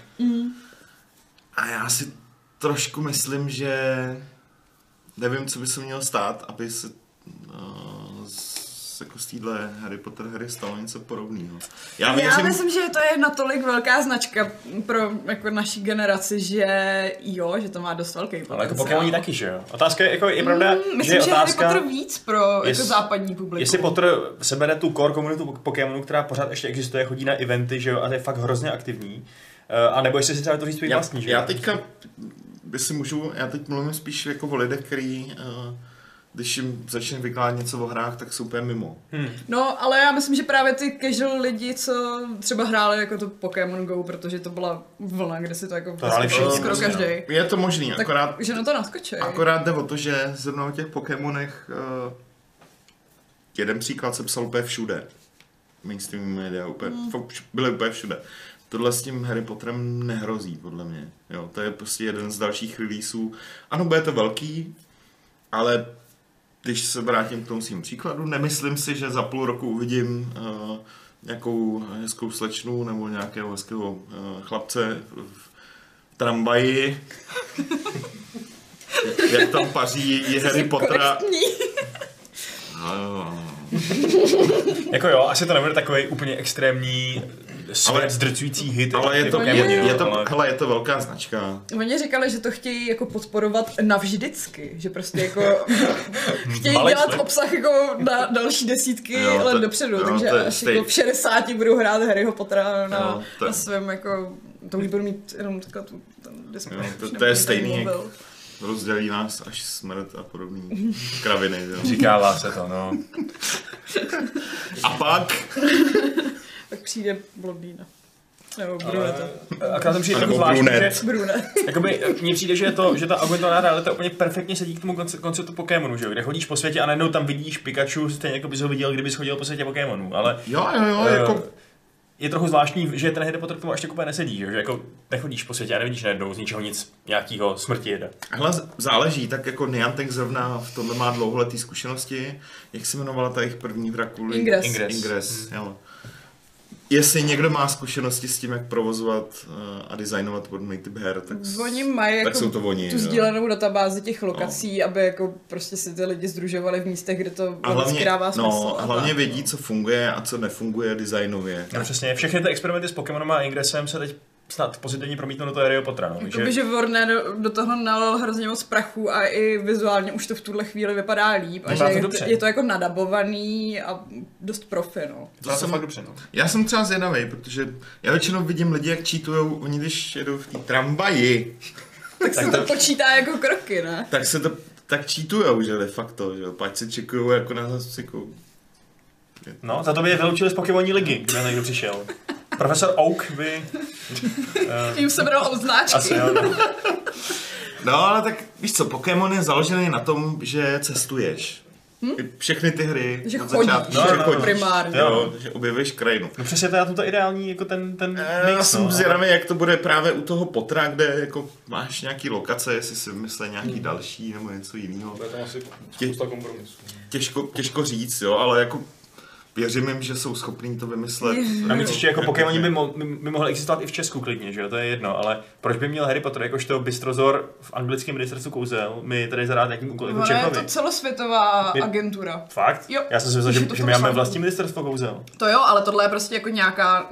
A já si trošku myslím, že nevím, co by se mělo stát, aby se jako z téhle Harry Potter hry stalo něco podobného. Já myslím, že to je natolik velká značka pro jako naší generaci, že jo, že to má dost velký potenciál. Ale jako Pokémoni taky, že jo? Otázka je, jako je pravda, myslím, že je otázka, Harry Potter víc pro jako západní publikum. Jestli Potter sebere tu core komunitu Pokémonů, která pořád ještě existuje, chodí na eventy, že jo, a je fakt hrozně aktivní. A nebo jestli si třeba to říct svůj vlastní, že jo? Já teďka, já teď mluvím spíš jako o lidech, který když jim začne vykládat něco o hrách, tak jsou úplně mimo. No, ale já myslím, že právě ty casual lidi, co třeba hráli jako to Pokémon Go, protože to byla vlna, kde si to jako skoro každý. Je to možný, tak, akorát, že na to naskočí. Akorát jde o to, že zrovna o těch Pokémonech jeden příklad se psal úplně všude. Mainstream média byly úplně všude. Tohle s tím Harry Potterem nehrozí, podle mě. Jo, to je prostě jeden z dalších releaseů. Ano, bude to velký, ale když se vrátím k tomu svým příkladu, nemyslím si, že za půl roku uvidím nějakou hezkou slečnu nebo nějakého hezkého chlapce v tramvaji, jak tam paří Harry Pottera. Jako jo, asi to nebude takový úplně extrémní svět zdrcující hit. Ale je to velká značka. Oni říkali, že to chtějí jako podporovat navždycky, že prostě jako chtějí dělat obsah jako na další desítky let dopředu, takže až jako v 60 budou hrát Harryho Pottera na svém jako, to už budu mít jenom takhle ten display. To je stejný, rozdělí nás až smrt a podobný kraviny. Říkává se to, no. A pak přijde blondýna. Nebo bruneta. Akorát tam přijde jako zvláštní, jakoby, mně přijde, že ta augmentovaná realita úplně perfektně sedí k tomu konceptu Pokémonu, že jo? Kde chodíš po světě a najednou tam vidíš Pikachu, stejně jako bys ho viděl, kdybys chodil po světě Pokémonů, ale jo, jako je trochu zvláštní, že ten Harry Potter k tomu až tak úplně nesedí, že jako nechodíš po světě a nevidíš najednou z ničeho nic, nějakýho smrti jede. Hele, záleží, tak jako Niantic zrovna v tomhle má dlouholetý zkušenosti, jak se jmenovala ta jejich první hra kvůli? Ingress. Jestli někdo má zkušenosti s tím, jak provozovat a designovat typ her, tak oni mají tak jako jsou to oni. Tu sdílenou databázi těch lokací, aby jako prostě si ty lidi sdružovali v místech, kde to vždycky dává smysl. A hlavně vědí, co funguje a co nefunguje designově. No přesně, všechny ty experimenty s Pokémonem a Ingressem se teď snad pozitivně promítnou do toho Harryho Pottera. No, jakoby, že Warner do toho nalil hrozně moc prachu a i vizuálně už to v tuhle chvíli vypadá líp a že je to jako nadabovaný a dost profi, no. To jsem fakt dobře, no. Já jsem třeba zvědavej, protože já většinou vidím lidi, jak cheatujou, oni když jedou v té tramvaji. tak se to počítá jako kroky, ne? Tak cheatujou, že de facto, že pať se čekujou jako na zasiku. No, za to by je vyloučili z Pokémonní ligy, kde někdo přišel. Profesor Oak by... Jim sebral odznáčky. Asi jo, no. No, ale tak víš co, Pokémon je založený na tom, že cestuješ. Všechny ty hry že od začátku, chodíš, primárně. že objevíš krajinu. No přesně to je na tomto ideální, jako ten já jsem zvědavý, jak to bude právě u toho Pottera, kde jako máš nějaký lokace, jestli si vymyslí nějaký další nebo něco jiného. To je tam asi spousta kompromisů. Těžko říct, jo, ale jako věřím jim, že jsou schopní to vymyslet. A myslím, že jako Pokémoni by mohli existovat i v Česku klidně, že jo, to je jedno, ale proč by měl Harry Potter jakožto Bystrozor v anglickém ministerstvu kouzel my tady zadát nějakým úkol jako Čechovi? Je to celosvětová agentura. Fakt? Jo. Já jsem si myslel, že my máme vlastní ministerstvo kouzel. To jo, ale tohle je prostě jako nějaká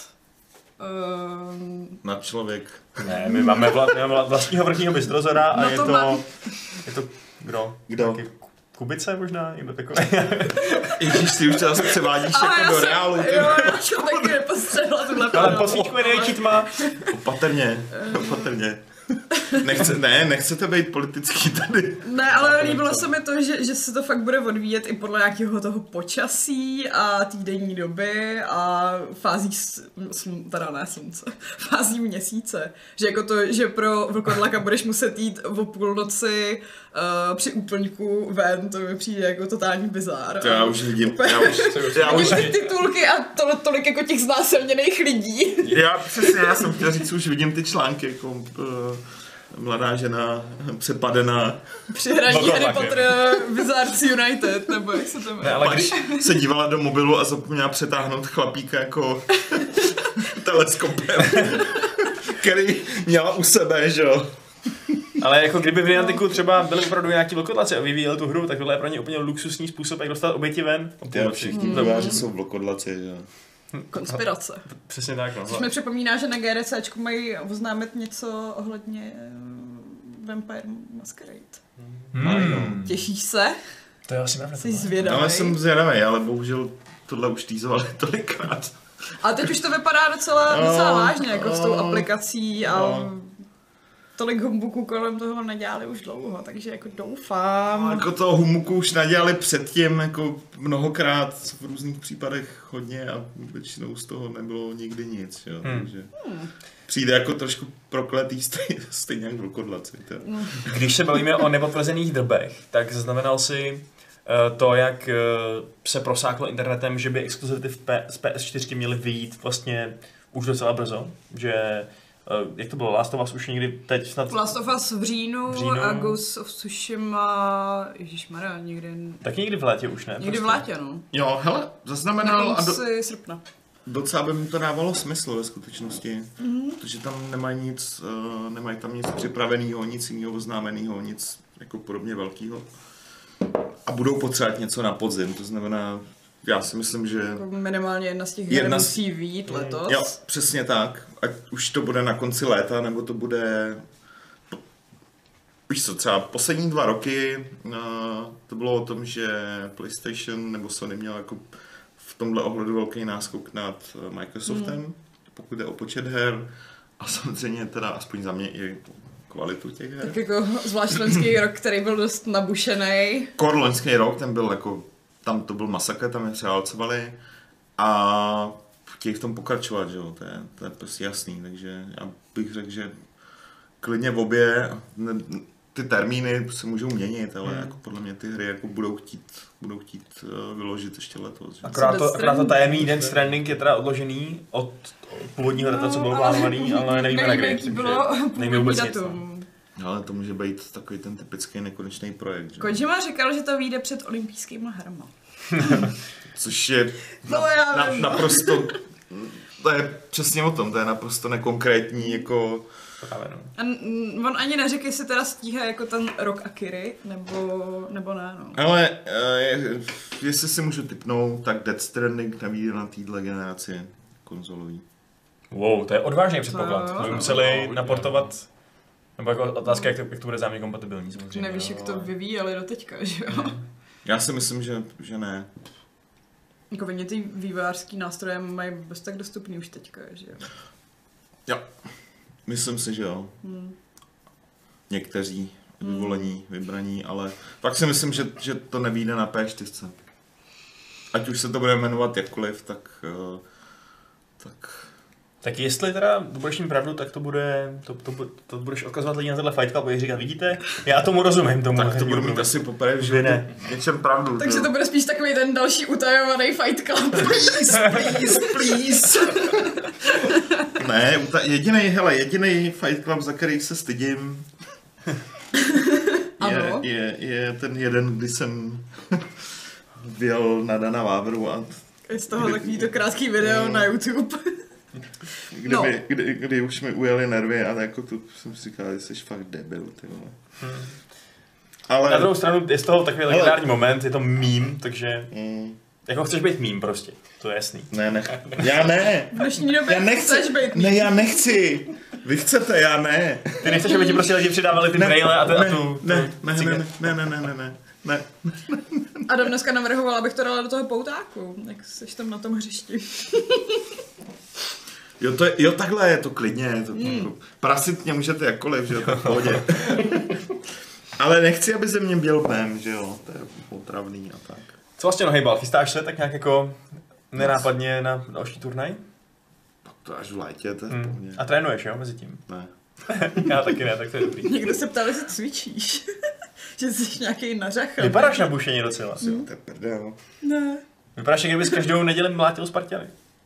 nad člověk. Ne, my máme vlastního vrchního Bystrozora a je to kdo? Kubice možná? Ježíš, ty už to zase převádíš jako do reálu. Jo, já jsem taky nepostřehla tuhle ale posvíčku je největší tma. Opatrně. Nechcete být politický tady. Ne, ale líbilo se mi to, že se to fakt bude odvíjet i podle nějakého toho počasí a týdenní doby a fází fází měsíce. Že jako to, že pro vlkodlaka budeš muset jít o půlnoci při úplňku ven, to mi přijde jako totální bizár. To já už vidím. Já už ty titulky a tolik jako těch znásilněných lidí. Já jsem chtěl říct, už vidím ty články jako mladá žena přepadená. Při hraní Harry Potter Wizards United, nebo jak se to jmenuje. Ale když se dívala do mobilu a zapomněla přetáhnout chlapíka jako teleskopem, který měla u sebe, že jo. Ale jako kdyby v Nianticu třeba byly opravdu nějaký vlkodlaci a vyvíjeli tu hru, tak tohle je pro ně úplně luxusní způsob, jak dostat oběti ven. Všichni vývojáři jsou vlkodlaci, že? Konspirace. Přesně tak, no. Což mi připomíná, že na GRCčku mají oznámit něco ohledně Vampire Masquerade. Těšíš se? To je asi pravda. Jsi zvědavý. Ale jsem zvědavý, ale bohužel tohle už týzovali tolikrát. A teď už to vypadá docela vážně, jako s tou aplikací a tolik humbuků kolem toho nedělali už dlouho, takže jako doufám. Jako toho humuku už nadělali předtím jako mnohokrát v různých případech hodně a většinou z toho nebylo nikdy nic, jo, takže přijde jako trošku prokletý stejně jak vlkodlaci. Když se bavíme o nepotvrzených drbech, tak zaznamenal si to, jak se prosáklo internetem, že by exkluzivity z PS4 měly vyjít vlastně už docela brzo, že jak to bylo, Last of Us už někdy teď snad... Last of Us v říjnu. A Ghost of Tsushima, ježišmarja, někdy... Taky někdy v létě už, ne? Někdy v létě, no. Jo, hele, zaznamenal a srpna. Docela by mi to dávalo smysl ve skutečnosti, protože tam nemají tam nic připraveného, nic jiného oznámeného, nic jako podobně velkého. A budou potřebovat něco na podzim, to znamená, já si myslím, že... Minimálně jedna z těch her musí vyjít letos. Jo, přesně tak. Ať už to bude na konci léta, nebo to bude... Víš co, třeba poslední 2 roky to bylo o tom, že PlayStation nebo Sony měl jako v tomhle ohledu velký náskok nad Microsoftem, pokud jde o počet her. A samozřejmě teda aspoň za mě i kvalitu těch her. Tak jako zvlášť loňský rok, který byl dost nabušenej. Loňský rok, ten byl jako, tam to byl masakr, tam je převálcovali a chtějí v tom pokračovat, že jo, to je prostě jasný, takže já bych řekl, že klidně v obě, ty termíny se můžou měnit, ale jako podle mě ty hry jako budou chtít vyložit ještě letos. Akorát to tajemný Death Stranding je teda odložený od původního data, co bylo plánovaný, ale nevíme na kdy. Nevíme vůbec nic. Ale to může být takový ten typický nekonečný projekt. Kojima říkal, že to vyjde před olympijskýma hrama. Což je naprosto... To je přesně o tom, to je naprosto nekonkrétní, jako... A on ani neřekl, jestli teda stíhá jako ten rok Akiry, nebo ne, no. Ale jestli si můžu tipnout, tak Death Stranding nevyjde na téhle generaci konzolový. Wow, to je odvážný předpoklad. My museli naportovat, nebo jako otázka, jak to bude vzájemně kompatibilní samozřejmě. Nevíš, jak to vyvíjeli do teďka, že jo? Já si myslím, že ne. Jako oni ty vývojářský nástroje mají bez tak dostupný už teďka, že jo? Jo. Myslím si, že jo. Někteří vyvolení, vybraní, ale pak si myslím, že to nevyjde na P4. Ať už se to bude jmenovat jakkoliv, tak Tak jestli teda budeš mít pravdu, tak to budeš odkazovat lidi na tenhle Fight Club a říkat, vidíte, já tomu rozumím tomu. Tak to budu mít asi poprvé, že ne. Něčem pravdu. Takže to bude spíš takový ten další utajovaný Fight Club. Please. Ne, jedinej Fight Club, za který se stydím, je ten jeden, kdy jsem vyjel na Dana Vávru a... Je z toho takový to krátký video na YouTube. Kdy už mi ujeli nervy a jako tu jsem si říkal, že jsi fakt debil, ty vole. Ale... Na druhou stranu je z toho takový legendární moment, je to meme, takže... Jako chceš být meme prostě, to je jasný. Já ne. V dnešní době chceš být meme. Ne, já nechci. Vy chcete, já ne. Ty nechceš, aby ti prostě lidi přidávali ty braille a tu... Ne. Adam dneska navrhoval, abych to dala do toho poutáku, jak seš tam na tom hřišti. Jo, takhle je to klidně. Prasit mě můžete jakkoliv, že jo, to v pohodě. Ale nechci, aby ze mě byl mém, že jo, to je otravný a tak. Co vlastně nohejbal, chystáš se tak nějak jako nenápadně na další turnaj? To až v létě, to je v pohodě. A trénuješ, jo, mezi tím? Ne. Já taky ne, tak to je dobrý. Někdo se ptal, jestli cvičíš. Že jsi nějaký nařach. Vypadáš na bušení docela. To je prdel. Ne. Vypadáš, jak kdybys každou neděli mlátil Spartany.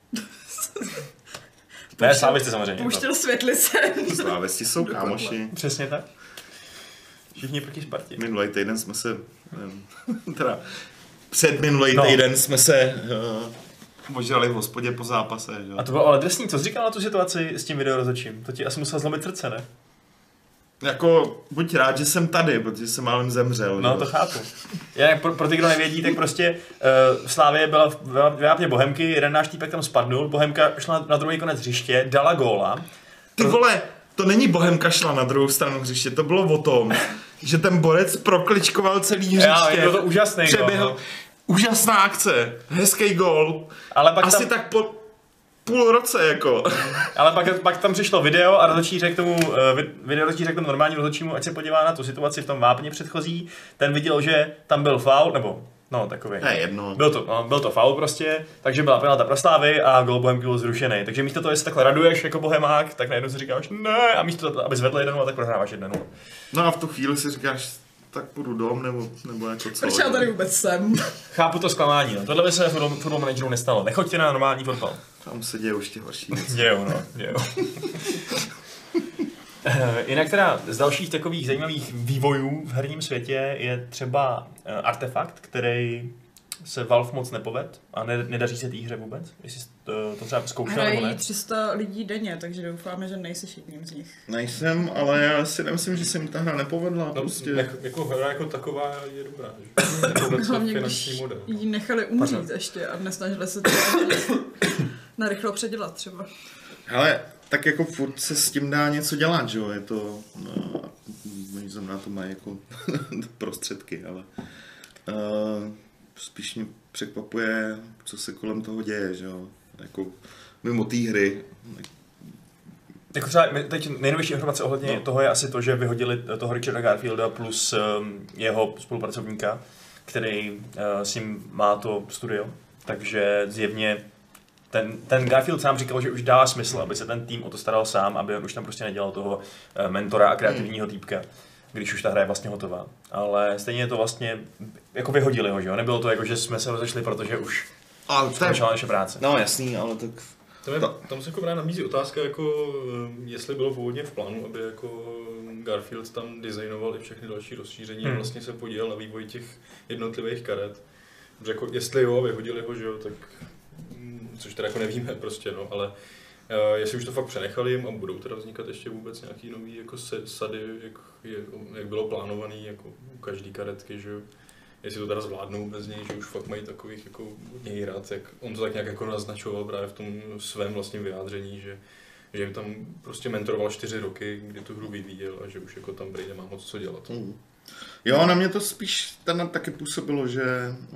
Ne, slávisti samozřejmě. Pouštěl světlice. Slávisti jsou kámoši. Přesně tak. Všichni proti Spartě. Minulý týden jsme se... teda předminulý týden jsme se... Možrali v hospodě po zápase, že? A to bylo ale drsný, co jsi říkal na tu situaci s tím videorozhodčím? To ti asi musel zlomit srdce, ne? jako buď rád, že jsem tady, protože jsem málem zemřel. No, to chápu. Jinak pro ty, kdo nevědí, tak prostě v Slávě byla v Jápě Bohemky, jeden náš týpek tam spadnul, Bohemka šla na druhý konec hřiště, dala góla. Ty vole, to není Bohemka šla na druhou stranu hřiště, to bylo o tom, že ten borec prokličkoval celý hřiště. Já, bylo to úžasný přeběhl, gól. Úžasná akce, hezký gól, Ale pak asi tam, tak po půl roce jako. ale pak tam přišlo video a rozhodčí řekl tomu normálnímu rozhodčímu, ať se podívá na tu situaci v tom vápně předchozí. Ten viděl, že tam byl faul, nebo no takový. Ne, jedno. Byl to faul prostě, takže byla penalta pro Slávy a gól Bohemky byl zrušený. Takže místo toho, jestli takhle raduješ jako bohemák, tak najednou si říkáš ne a místo toho, aby zvedl 1-0, tak prohráváš 1-0. No a v tu chvíli si říkáš, tak půjdu dom, nebo jako co. Proč já tady vůbec jsem? Chápu to zklamání, no. Tohle by se football manageru nestalo. Nechoďte na normální fotbal. Tam se dějou ještě horší věci. Dějou. Jinak teda z dalších takových zajímavých vývojů v herním světě je třeba Artefakt, který se Valve moc nepoved a nedaří se té hře vůbec. Jestli to třeba zkoušel nebo ne. Hrají 300 lidí denně, takže doufáme, že nejseš jedním z nich. Nejsem, ale já si nemyslím, že se mi ta hra nepovedla. No, prostě. jako hra jako taková je dobrá, že? Hlavně, finanční když model. ji nechali umřít ještě a nesnažili se to narychlo předělat třeba. Ale tak jako furt se s tím dá něco dělat, že jo, je to, no, oni znamená to mají jako prostředky, ale spíš mě překvapuje, co se kolem toho děje, že jo, jako mimo té hry. Jako třeba teď nejnovější informace ohledně toho je asi to, že vyhodili toho Richarda Garfielda plus jeho spolupracovníka, který s ním má to studio, takže zjevně ten Garfield sám říkal, že už dává smysl, aby se ten tým o to staral sám, aby on už tam prostě nedělal toho mentora a kreativního týpka, když už ta hra je vlastně hotová. Ale stejně je to vlastně, jako vyhodili ho, že jo? Nebylo to jako, že jsme se rozešli, protože už skončila naše práce. No jasný, ale tak... Tam se jako právě nabízí otázka, jako, jestli bylo původně v plánu, aby jako Garfield tam designoval i všechny další rozšíření a vlastně se podílel na vývoji těch jednotlivých karet. Protože jako, jestli jo, vyhodili ho, že jo, tak což teda jako nevíme prostě, no, ale jestli už to fakt přenechali jim a budou teda vznikat ještě vůbec nějaký nový jako sady, jak bylo plánovaný jako u každý karetky, že jo. Jestli to teda zvládnou bez něj, že už fakt mají takových jako něj rád, jak on to tak nějak jako naznačoval právě v tom svém vlastním vyjádření, že jim tam prostě mentoroval 4 roky, kdy tu hru vyvíjel a že už jako tam prý nemá moc co dělat. Jo, na mě to spíš taky působilo, že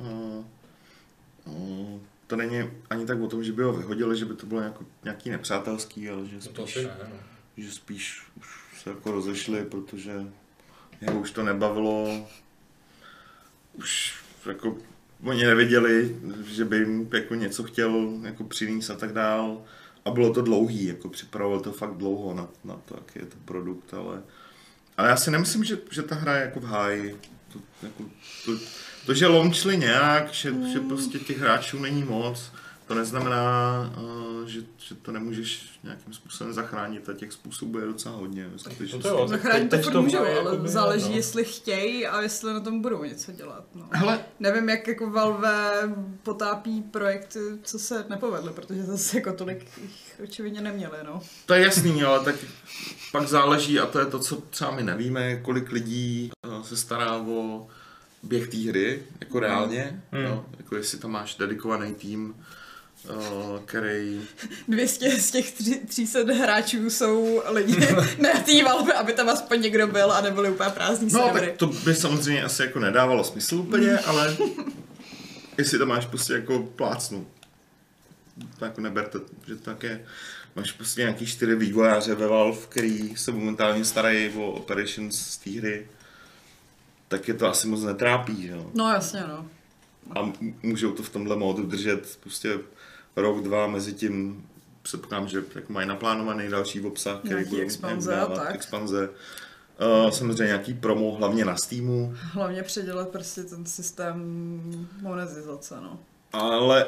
to není ani tak o tom, že by ho vyhodili, že by to bylo nějaký nepřátelský, ale že spíš, že spíš už se jako rozešli, protože jeho už to nebavilo. Už jako oni nevěděli, že by jim jako něco chtěl jako přinést a tak dál. A bylo to dlouhý, jako připravoval to fakt dlouho na to, jaký je to produkt, ale já si nemyslím, že ta hra je jako v háji. To, že lomčli nějak, že prostě těch hráčů není moc, to neznamená, že to nemůžeš nějakým způsobem zachránit a těch způsobů je docela hodně. Zachránit to furt můžou, ale záleží, jestli chtějí a jestli na tom budou něco dělat. No. Hele. Nevím, jak jako Valve potápí projekty, co se nepovedly, protože zase jako tolik jich očividně neměli. No. To je jasný, ale tak pak záleží, a to je to, co třeba my nevíme, kolik lidí se stará o běh té hry, jako reálně, no, jako jestli tam máš dedikovaný tým, který... 200 z těch 300 hráčů jsou lidi na té Valve, aby tam aspoň někdo byl a nebyly úplně prázdný servery. No tak to by samozřejmě asi jako nedávalo smysl úplně, ale jestli tam máš prostě jako plácnu, to jako neberte, že to také máš prostě nějaký 4 vývojáře ve Valve, který se momentálně starají o operations z té hry, tak je to asi moc netrápí, že jo? No jasně, no. A můžou to v tomhle módu držet prostě rok, 2, mezi tím se pokám, že jako mají naplánovaný další obsah, který budou expanze. Samozřejmě nějaký promo, hlavně na Steamu. Hlavně předělat prostě ten systém monetizace, no. Ale...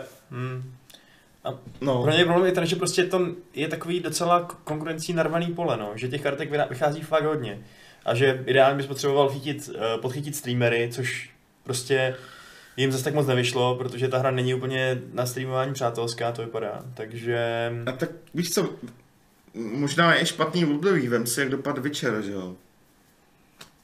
Pro mě problém je ten, že prostě to je takový docela konkurencí narvaný pole, no. Že těch kartek vychází fakt hodně. A že ideálně bys potřeboval podchytit streamery, což prostě jim zase tak moc nevyšlo, protože ta hra není úplně na streamování přátelská, to vypadá, takže... A tak víš co, možná je špatný období, vem si, jak dopadl Witcher, že jo?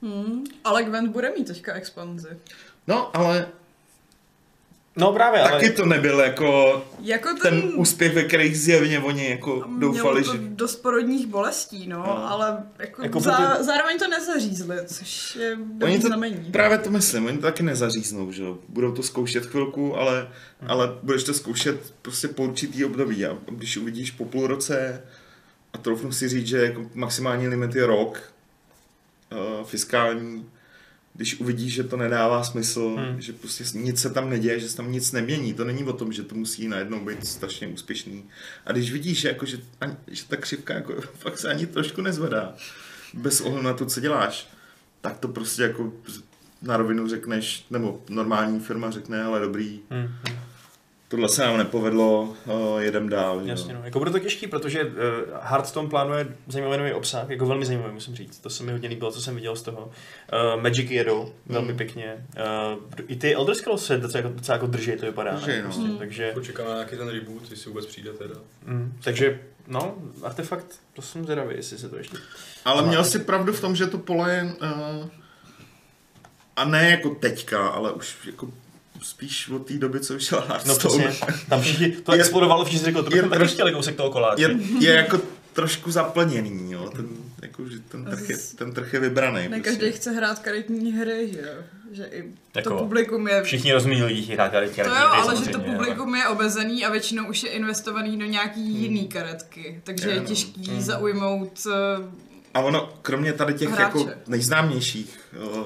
Ale Gwent bude mít teďka expanzi. No, ale No právě, taky ale... to nebyl jako Jako ten úspěch, ve kterých zjevně oni jako doufali, mělo to že... dost porodních bolestí, no, ale jako zároveň to nezařízli, což je dobrý znamení. Právě to myslím, oni to taky nezaříznou, že jo. Budou to zkoušet chvilku, ale budeš to zkoušet prostě po určitý období a když uvidíš po půl roce a troufnu si říct, že jako maximální limit je rok fiskální, když uvidíš, že to nedává smysl, že prostě nic se tam neděje, že se tam nic nemění, to není o tom, že to musí najednou být strašně úspěšný. A když vidíš, jako, že ta křivka jako, fakt se ani trošku nezvedá, bez ohledu na to, co děláš, tak to prostě jako na rovinu řekneš, nebo normální firma řekne, ale dobrý, tohle se nám nepovedlo, jedem dál. Jasně, no. Jako bude to těžký, protože Hearthstone plánuje zajímavý nový obsah, jako velmi zajímavý, musím říct. To se mi hodně líbilo, co jsem viděl z toho. Magic jedou velmi pěkně. I ty Elder Scrolls se docela jako drží, to vypadá. Drží, no. Prostě, takže... Čekáme na nějaký ten reboot, jestli vůbec přijde teda. Takže, no, Artefakt, to jsem zvědavý, jestli se to ještě... Ale měl jsi pravdu v tom, že to pole a ne jako teďka, ale už jako spíš od té doby, co vyšel Hearthstone. No přesně, tam všichni, to explodovalo, všichni řekli, to bychom taky chtěli kousek toho koláče. Je jako trošku zaplněný, jo. Ten trh je vybraný. Ne každý chce hrát karetní hry, že jo. Že i jako, to publikum je... Všichni rozumí lidi hrát karetní hry. To jo, ale že to publikum je obezený a většinou už je investovaný do nějaký jiný karetky. Takže je těžký zaujmout a ono, kromě tady těch hráče. Jako nejznámějších,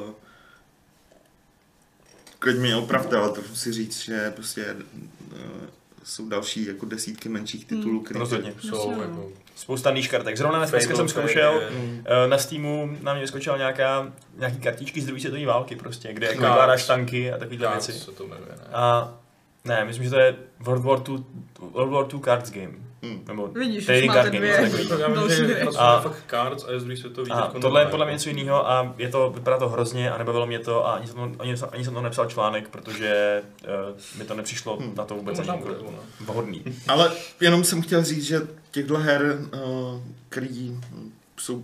klidně mě opravte, ale to musím říct, že prostě jsou další jako desítky menších titulů, které jsou jako spousta níž kartek. Zrovna dneska jsem zkoušel, na Steamu na mě vyskočila nějaký kartičky z druhé světové války prostě, kde jako vykládáš tanky a takovýhle věci. A ne, myslím, že to je World War II Cards Game. Nebo vidíš, už máte dvě další hry. A fakt cards a je z druhý světový. Tohle je podle mě něco jiného a vypadá to hrozně a nebavilo mě to a ani jsem to nepsal článek, protože mi to nepřišlo na to vůbec ani vhodný. Ale jenom jsem chtěl říct, že těchto her, který jsou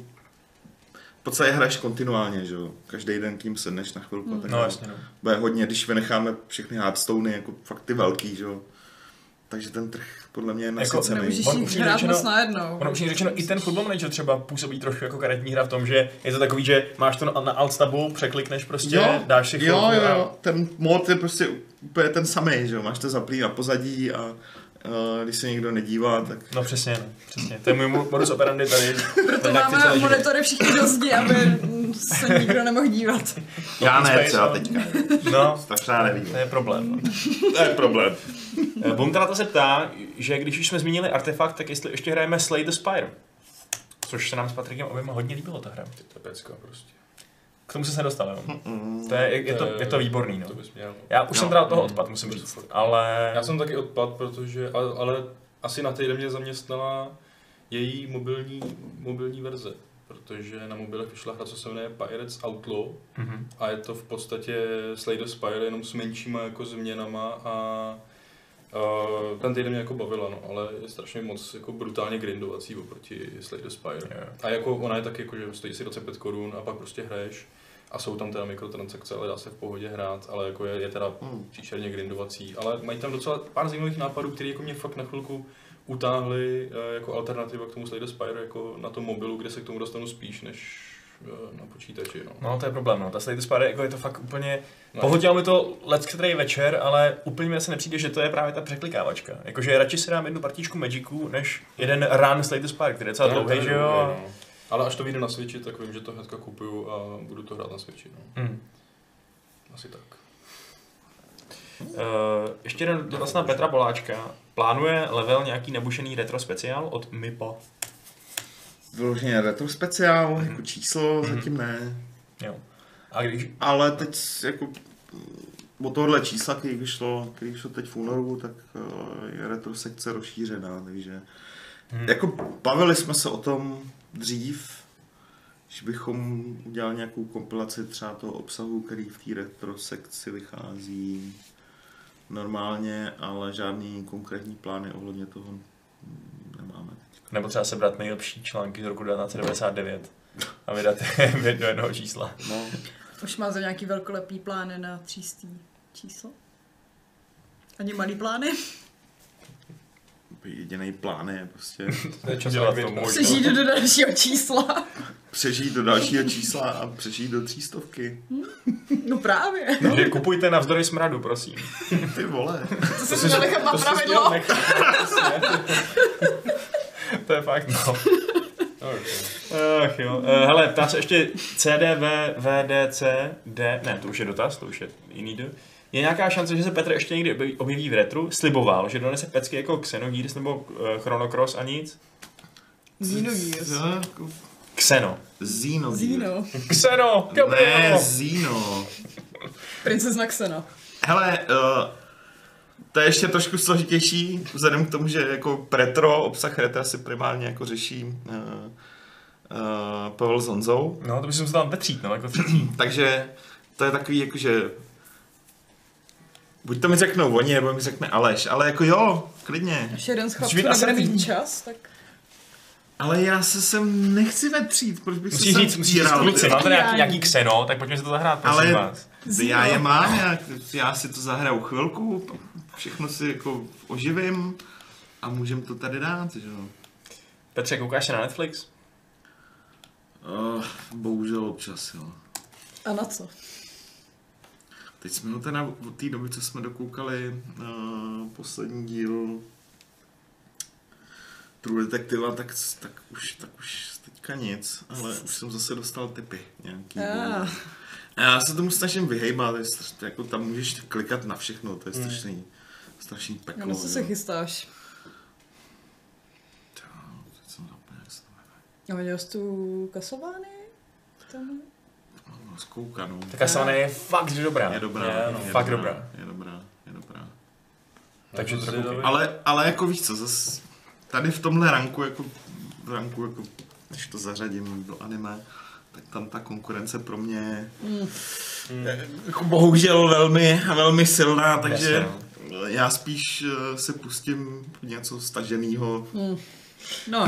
v podstatě hraješ kontinuálně, že jo. Každý den kým sedneš na chvilku. Tak jasně, bude hodně, když vynecháme všechny Hearthstony, jako fakt ty velký, že jo. Takže ten trh podle mě je nasycený. Nemůžeš jít hrát moc najednou. Ono upřímně řečeno, i ten Football Manager třeba působí trošku jako karetní hra v tom, že je to takový, že máš to na alt tabu, překlikneš prostě, dáš si chvilku. Jo, ten mod je prostě úplně ten samý, že jo. Máš to zaplý na pozadí a když se někdo nedívá, tak... No přesně. To je můj modus operandi tady. Proto máme monitory všichni do zdi, aby se nikdo nemohl dívat. Já ne, třeba teďka. No, tak třeba nevím. To je problém. To je problém. Bumta na to se ptá, že když už jsme zmínili Artefakt, tak jestli ještě hrajeme Slay the Spire. Což se nám s Patrikem oběma hodně líbilo ta hra. To je pecka prostě. K tomu se nedostal, jo. Je to výborný, no. To bys měl. Já už jsem teda toho odpad, musím říct, ale... Já jsem taky odpad, protože, ale asi na týden mě zaměstnala její mobilní verze. Protože na mobilech vyšla hra, co se jmenuje Pirates Outlaw a je to v podstatě Slay the Spire jenom s menšíma jako změnama a ten týden mě jako bavila, no, ale je strašně moc jako brutálně grindovací oproti Slay the Spire. A jako ona je tak jako, že stojí si 25 korun a pak prostě hraješ a jsou tam teda mikrotransakce, ale dá se v pohodě hrát, ale jako je teda příšerně grindovací, ale mají tam docela pár zajímavých nápadů, které jako mě fakt na chvilku utáhli jako alternativa k tomu Slay the Spire jako na tom mobilu, kde se k tomu dostanu spíš než na počítači. No to je problém, no. Ta Slay the Spire jako je to fakt úplně... Pohodilo mi to který večer, ale úplně mi se nepřijde, že to je právě ta překlikávačka. Jakože radši si dám jednu partičku Magicu, než jeden run Slay the Spire, který je docela dlouhý, že jo? Ale až to vyjde na Switchi, tak vím, že to hnedka kupuju a budu to hrát na Switchi. No. Asi tak. Ještě jeden dotaz na Petra Poláčka. Plánuje Level nějaký nebušený retro speciál od MIPO? Vyloženě retro speciál, jako číslo, zatím ne. Jo. A když... Ale teď jako od tohohle čísla, který vyšlo teď v únoru, tak je retro sekce rozšířená, takže jako bavili jsme se o tom dřív, že bychom udělali nějakou kompilaci třeba toho obsahu, který v té retro sekci vychází normálně, ale žádný konkrétní plány ohledně toho nemáme teď. Nebo třeba sebrat nejlepší články z roku 1999. a vydat je do jednoho čísla. No. Už máte nějaký velkolepý plány na 300 číslo? Ani malý plány? Jediný plán je prostě To je čas Dělat na to května. můj. Přežít do dalšího čísla. přežít do dalšího čísla a přežít do 300. No právě. Takže kupujte navzdory smradu, prosím. Ty vole. To se musíme nechat na To jsi pravidlo. chtěl nechat, prostě. To je fakt, no. Okay. Ach jo. Hele, ptá se ještě CDV, VDC, D, ne, to už je dotaz, to už je jiný do. Je nějaká šance, že se Petr ještě někdy objeví v retru? Sliboval, že donese pecky jako Xenogears nebo Chrono Cross a nic? Xenogears. Xeno. Zino. Zino. Xeno! Ne, Zino. Princezna Xena. Hele, to je ještě trošku složitější, vzhledem k tomu, že jako pretro, obsah retra si primárně jako řeší Pavel s Honzou. No, to bych se tam vetřít, no, jako třetí. Takže to je takový jako, že buď to mi řeknou oni, nebo mi řekne Aleš, ale jako jo, klidně. Až jeden z chlapců být nebude asertivní. mít čas, tak... Ale já se sem nechci vetřít, proč bych Musíš se říct, kluci, máte Střídání. nějaký Xeno, tak pojďme si to zahrát, prosím Ale vás. já je mám, já si to zahraju chvilku, všechno si jako oživím a můžem to tady dát, že jo. Petře, koukáš se na Netflix? Bohužel občas, jo. A na co? Teď jsme ho teda od té doby, co jsme dokoukali poslední díl True Detective, tak už teďka nic, ale už jsem zase dostal tipy nějaký. A já se tomu snažím vyhejbat, jako tam můžeš klikat na všechno, to je strašný peklo. A na co se chystáš? Teď jsem zapomněl, jak se to jmenuje. A viděl jsi tu Castlevanii? Tam? No, zkouka, no. Tak Asana je fakt dobrá. Je dobrá, Je, no, fakt dobrá. Je dobrá. Takže to koukej. Ale jako víš co, zas tady v tomhle ranku, jako když to zařadím do anime, tak tam ta konkurence pro mě je jako bohužel velmi silná, takže já spíš se pustím něco staženýho. No.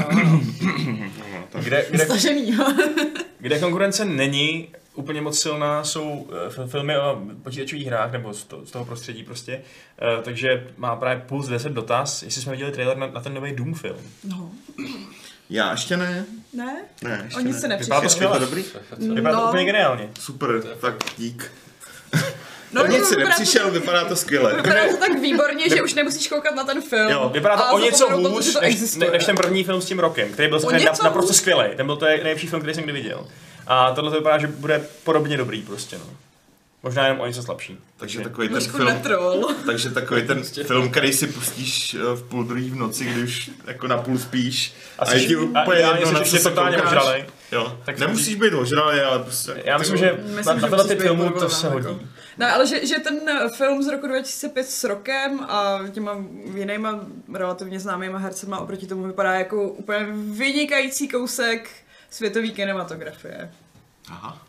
Kde konkurence není úplně moc silná, jsou filmy o počítačových hrách, nebo z toho prostředí prostě. Takže má právě Puls 10 dotaz, jestli jsme viděli trailer na ten nový Doom film. No. Já ještě ne. Ne? Ne, ještě O nic ne. se Vypadá to nepřišel. skvěle. Dobrý? Vypadá to úplně geniálně. Super, tak dík. No, O nic si vypadá to- nepřišel, vypadá to skvěle. Vypadá to tak výborně, že už nemusíš koukat na ten film. Jo, vypadá to a o něco zapomenout to, hůř, že to existuje. než ten první film s tím rokem, který byl O samozřejmě něco naprosto hůř? skvělý. Ten byl to nejlepší film, který jsem kdy viděl. A tohle to vypadá, že bude podobně dobrý prostě, no. Možná jenom o něco slabší. Takže takový ten Trošku film, netroll. takže takový ten film, který si pustíš v půl druhý v noci, když jako napůl spíš a je ti úplně jedno, na co se totálně koukáš. ožralej. Jo, Tak nemusíš být ožralej, ale prostě... Já myslím, že Myslím, na že tyhle ty musíš být filmy to podvolná, se jako. hodí. No, ale že ten film z roku 2005 s Rokem a těma jinýma relativně známýma hercema oproti tomu vypadá jako úplně vynikající kousek světové kinematografie. Aha.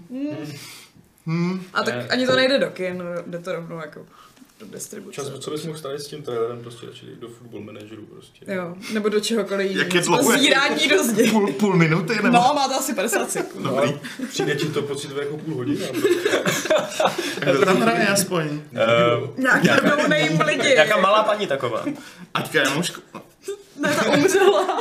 A tak ani to nejde do kin, jde to rovnou jako do distribuce. Čas, co bys mohl stavit s tím trailerem, prostě radši do Football Manageru prostě. Jo, nebo do čehokoliv Jak je jiného. dlouho? Zírání do zdi. Půl minuty, nebo? No, má to asi 50 sekund. Dobrý. Přijde ti to pocitově jako půl hodiny. Kdo tam hraje aspoň? Nějaký no-name lidi. Jaká malá paní taková. Aťka Janouško. Ne, ta umřela.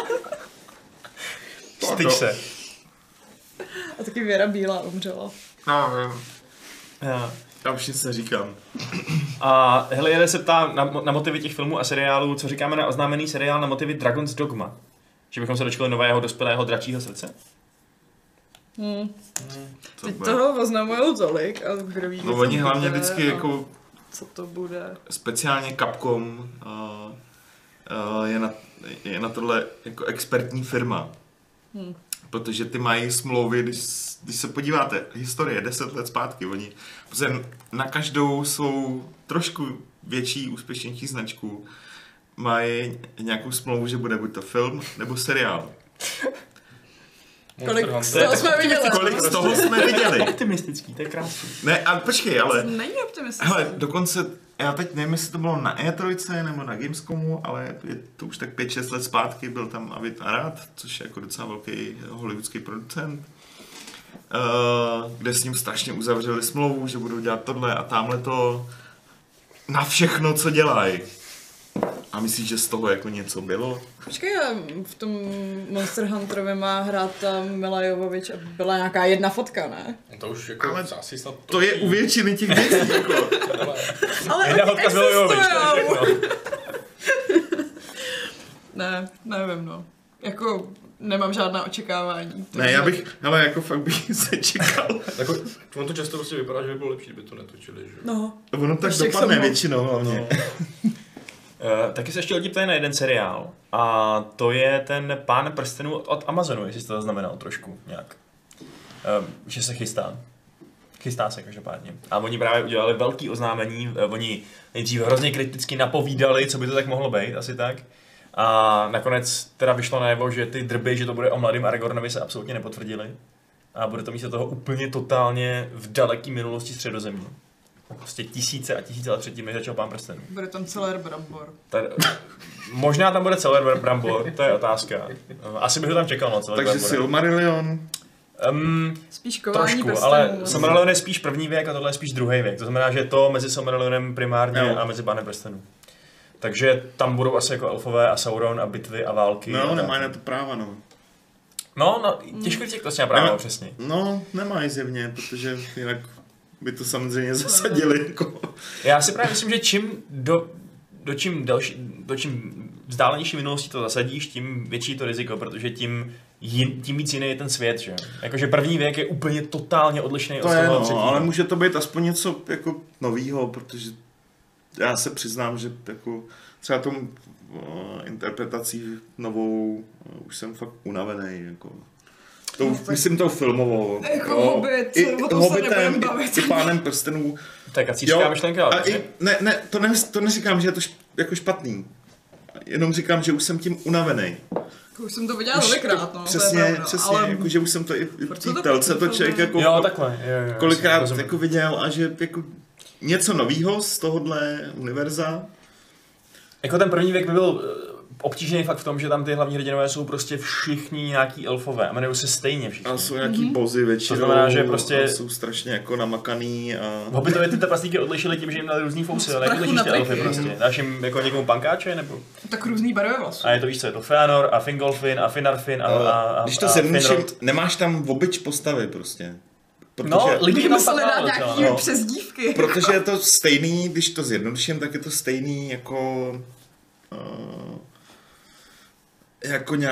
Styč se. A taky Věra Bílá umřela. No, vím. Já. Já už nic neříkám. A Heliere se ptá na motivy těch filmů a seriálů, co říkáme na oznámený seriál na motivy Dragon's Dogma. Že bychom se dočkali nového dospělého dračího srdce? Teď toho oznamujou tolik a kdo ví, No co oni hlavně bude vždycky a jako co to bude. speciálně Capcom je na tohle jako expertní firma. Protože ty mají smlouvy, když se podíváte, historie 10 let zpátky, oni na každou svou trošku větší, úspěšnější značku mají nějakou smlouvu, že bude buď to film, nebo seriál. Kolik Hunter. z toho jsme viděli? Kolik z toho jsme viděli? Optimistický, to je krásný. Ne, ale počkej, To ale... není optimistický. Hele, dokonce, já teď nevím, jestli to bylo na E3 nebo na Gamescomu, ale je to už tak 5-6 let zpátky, byl tam Avid Arad, což je jako docela velký hollywoodský producent, kde s ním strašně uzavřeli smlouvu, že budou dělat tohle a tamhle to na všechno, co dělají. A myslíš, že z toho jako něco bylo? Počkej, v tom Monster Hunterovi má hrát ta Mila Jovovič a byla nějaká jedna fotka, ne? To už jako Ale asi snad to je u většiny těch věcí, jako. Ale Jedna fotka z Mila Jovovič, to je všechno. Ne, nevím, no. Jako nemám žádná očekávání. Ne, já bych, ale jako fakt bych se čekal. Jako, ono to často prostě vypadá, že by bylo lepší, kdyby to netočili, že? No. Ono tak Ještě k dopadne tomu. většinou hlavně. Taky se ještě lidi ptají na jeden seriál a to je ten Pán prstenů od Amazonu, jestli jsi to zaznamenal trošku nějak. Že se chystá. Chystá se každopádně. A oni právě udělali velký oznámení, oni nejdřív hrozně kriticky napovídali, co by to tak mohlo být, asi tak. A nakonec teda vyšlo najevo, že ty drby, že to bude o mladém Aragornovi, se absolutně nepotvrdili. A bude to místo toho úplně totálně v daleký minulosti Středozemě. Prostě tisíce a tisíce let předtím, než začal Pán prstenů. Bude tam Celer Brambor. Možná tam bude Celer Brambor, to je otázka. Asi bych ho tam čekal, no, Celer Takže Brambor. Silmarillion. Spíš kování Trošku, prstenů. ale Silmarillion je spíš první věk a tohle je spíš druhý věk. To znamená, že je to mezi Silmarillionem primárně Jo. a mezi Pánem prstenů. Takže tam budou asi jako elfové a Sauron a bitvy a války. No, a nemají na to práva, no. No, těžko říct, jak to s těma právě přesně. No, nemají zjevně, protože jinak by to samozřejmě zasadili. Jako. Já si právě myslím, že čím vzdálenější minulosti to zasadíš, tím větší to riziko, protože tím víc jiný je ten svět, že? Jakože první věk je úplně totálně odlišný To od je, toho no, třetího. ale může to být aspoň něco jako novýho, protože já se přiznám, že jako třeba tomu interpretací novou už jsem fakt unavený, jako. Myslím tou filmovou. Jako Hobbit, o tom se nebudem bavit. I Pánem prstenů. To je kacířská myšlenka, ale to neříkám, že je to jako špatný. Jenom říkám, že už jsem tím unavený. Už jsem to viděla tolikrát, no. Přesně, ale... jako, že už jsem to i v Proč té to telce tak to člověk jako jo, takhle. Jo, kolikrát jako viděl a že jako něco novýho z tohohle univerza. Jako ten první věk by byl obtížný fakt v tom, že tam ty hlavní hrdinové jsou prostě všichni nějaký elfové a jmenují se stejně všichni. A jsou nějaký bozy většinou. To znamená, že prostě jsou strašně jako namakaný a... Hobbitovi ty trpaslíky odlišili tím, že jim dali různý fousy, ale jak odlišíš ty elfy prostě? Dáš jim jako někomu pankáče nebo? Tak různý barvy vlasů. A je to víš co, je to Feanor a Fingolfin a Finarfin a když to zjednoduším, nemáš tam obyč postavy prostě. Protože, no, lidi Bych tam museli dát padlo nějaký docela, no. přezdívky. protože je to stejný, když to zjednoduším, tak je to stejný jako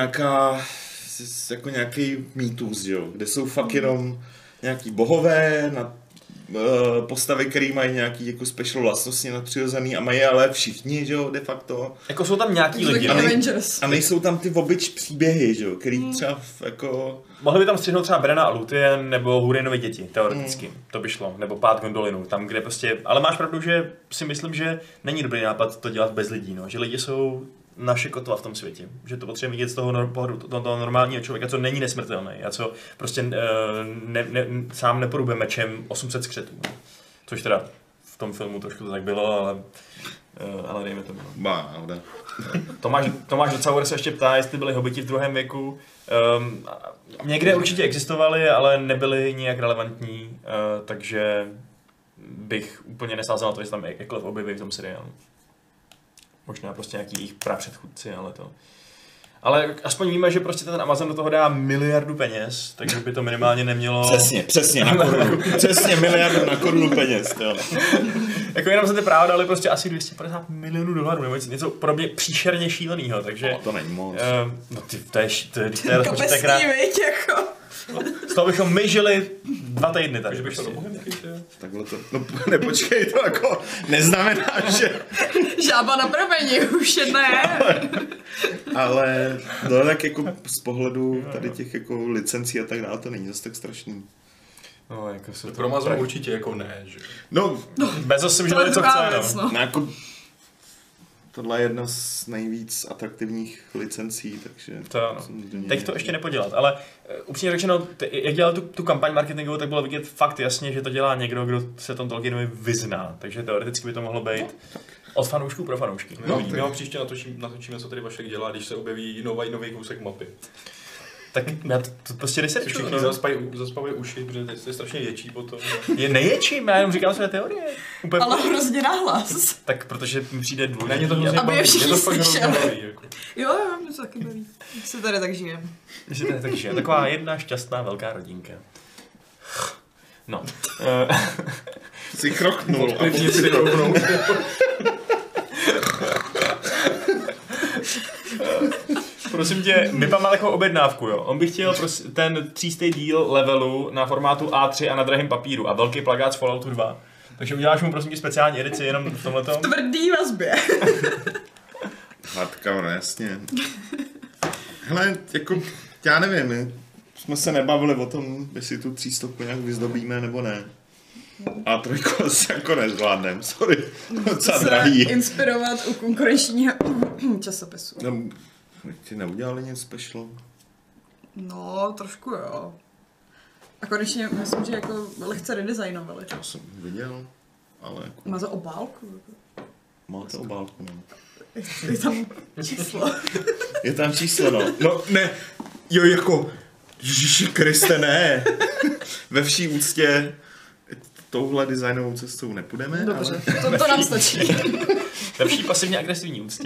nějaký mýtus, jo, kde jsou fakt jenom nějaký bohové, postavy, které mají nějaký jako special vlastnosti nadpřirozený a mají ale všichni, že jo, de facto. Jako jsou tam nějaký lidi. Avengers. A nejsou tam ty obyč příběhy, že jo, který třeba jako... Mohli by tam střihnout třeba Brena a Luthien nebo Hurinovi děti, teoreticky. To by šlo. Nebo Pát Gondolinu, tam, kde prostě... Ale máš pravdu, že si myslím, že není dobrý nápad to dělat bez lidí, no. Že lidi jsou naše kotva v tom světě. Že to potřebujeme vidět z toho pohledu toho normálního člověka, co není nesmrtelný a co prostě sám neporube mečem 800 skřetů. No. Což teda v tom filmu trošku to tak bylo, ale dejme tomu. Báda. Tomáš Docauer se ještě ptá, jestli byli hobiti v druhém věku. Někde určitě existovali, ale nebyli nijak relevantní, takže bych úplně nesázal na to, jestli tam jakkoliv objeví v tom seriálu. Možná prostě nějaký jejich prapředchůdci, ale to... Ale aspoň víme, že prostě ten Amazon do toho dá miliardu peněz, takže by to minimálně nemělo... Přesně na korunu. Přesně miliardu na korunu peněz, jo. Jako jenom za ty práva dali prostě asi 250 milionů dolarů, nebo něco podobně příšerně šílenýho, takže... To není moc. No to je rozpočet tenkrát... Kapesný, jako. Z toho bychom my žili 2 týdny tady. Takže bych šel do Prostě. Bohemky, že? Takhle to... No nepočkej, to jako neznamená, že... Žába na prameni, už jedna je. Ale no tak jako z pohledu tady těch jako licencí a tak dále to není zase tak strašný. No, jako se to... Pro Amazon určitě jako ne, že? No, Bezos si To může je dělat, co druhá chce, věc, no. no. no jako... tohle je jedna z nejvíc atraktivních licencí, takže... To ano. Teď to ještě nepodělat, ale upřímně řečeno, jak dělal tu kampaň marketingovou, tak bylo vidět fakt jasně, že to dělá někdo, kdo se tom Tolkienovi vyzná, takže teoreticky by to mohlo být od fanoušků pro fanoušky. My ho příště natočíme, co tady Vašek dělá, když se objeví nový kousek mapy. Tak já to prostě researchuju. Všichni zaspavají uši, protože to je strašně větší potom. Je největší, já jenom říkám své teorie. Úplně ale hrozně nahlas. Tak protože mi přijde důležitý. Není to hrozně aby je všichni slyšeli. Jako. Jo, mě to taky baví. Jak se tady tak žije. Taková jedna šťastná velká rodinka. No. Jsi kroknul. Klidně si rovnou. Prosím tě, Mipa má takovou objednávku, jo. On by chtěl ten 300. díl levelu na formátu A3 a na drahém papíru a velký plakát z Falloutu 2. Takže uděláš mu prosím tě speciální edici jenom v tomhletom. V tvrdý vazbě. Hardcover, jasně. Hele, jako, já nevím, my jsme se nebavili o tom, jestli tu 300 nějak vyzdobíme nebo ne. A trojku asi jako nezvládnem, sorry. Docela drahý. Inspirovat u konkurenčního časopisu. No, ti neudělali nic special? No, trošku jo. A konečně myslím, že jako lehce redesignovali. Já jsem viděl, ale jako... Má to obálku? Má to obálku, no. Je tam číslo. Je tam číslo, no. No, ne, jo, jako, Ježíši Kriste, ne. Ve vší úctě touhle designovou cestou nepůjdeme. Dobře, ale... to nám stačí. Ve vší pasivně agresivní úctě.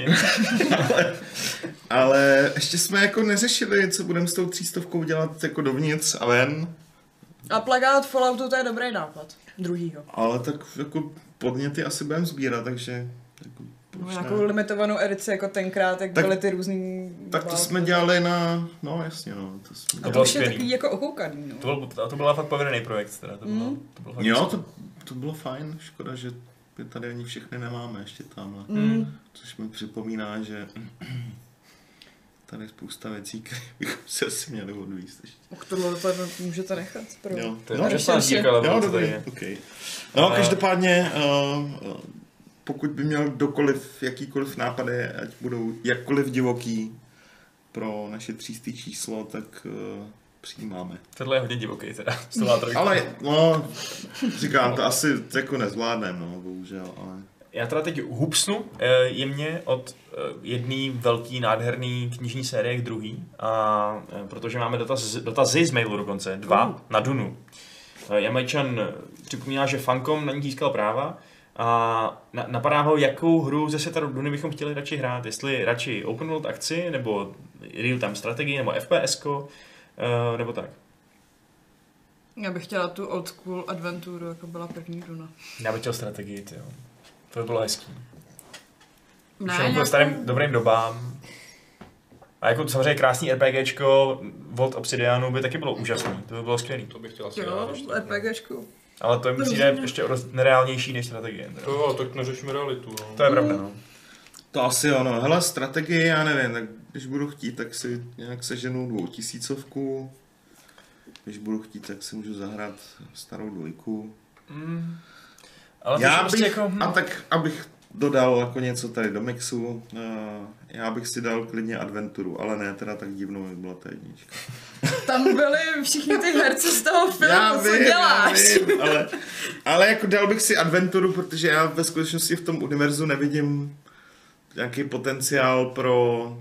ale ještě jsme jako neřešili, co budeme s tou 300 dělat jako dovnitř a ven. A plakát Falloutu, to je dobrý nápad. Druhýho. Ale tak jako podněty asi budeme sbírat, takže... Jako, no, nějakou limitovanou edici jako tenkrát, jak tak, byly ty různý... Tak to jsme dělali na... No jasně, no. To jsme... A to už je takový jako okoukaný, no. To byla fakt povedený projekt, teda. To bylo fakt jo, to bylo fajn. Škoda, že tady ani všechny nemáme ještě tamhle. Což mi připomíná, že... Tady je spousta věcí, které bychom se asi měli odvízt ještě. Tohle to můžete nechat. Jo, to je úžasná dírka, ale to tady je. Okay. No, každopádně, pokud by měl kdokoliv, jakýkoliv nápady, ať budou jakkoliv divoký pro naše 300 číslo, tak přijímáme. Tohle je hodně divoký teda. Ale, no, říkám, to asi jako nezvládneme, no, bohužel, ale... Já teda teď hupsnu jemně od jedné velký nádherný knižní série k druhý, a protože máme dotazy z mailu dokonce, 2 na Dunu. Jamajčan připomíná, že Funcom na ní získal práva a napadá ho, jakou hru ze světa Duny bychom chtěli radši hrát, jestli radši open world akci, nebo real-time strategii, nebo FPSko, nebo tak. Já bych chtěla tu old school adventuru, jako byla první Duna. Já bych chtěl strategii, jo. To by bylo hezký. Ne, už nějakou... starým dobrým dobám. A jako samozřejmě krásný RPGčko od Obsidianu by taky bylo úžasný. To by bylo skvělý. To bych chtěl asi jo, RPGčko. Ale to mi přijde ještě nereálnější než strategie. To jo, tak neřešíme realitu. No. To je pravda, no. To asi ono. Hele, strategie, já nevím, tak když budu chtít, tak si nějak seženu 2000. Když budu chtít, tak si můžu zahrát starou 2. Ale já bych, prostě jako... a tak abych dodal jako něco tady do mixu, já bych si dal klidně adventuru, ale ne teda tak divnou, jak byla ta 1. Tam byli všichni ty herci z toho filmu, co děláš? Já vím, ale jako dal bych si adventuru, protože já ve skutečnosti v tom univerzu nevidím nějaký potenciál pro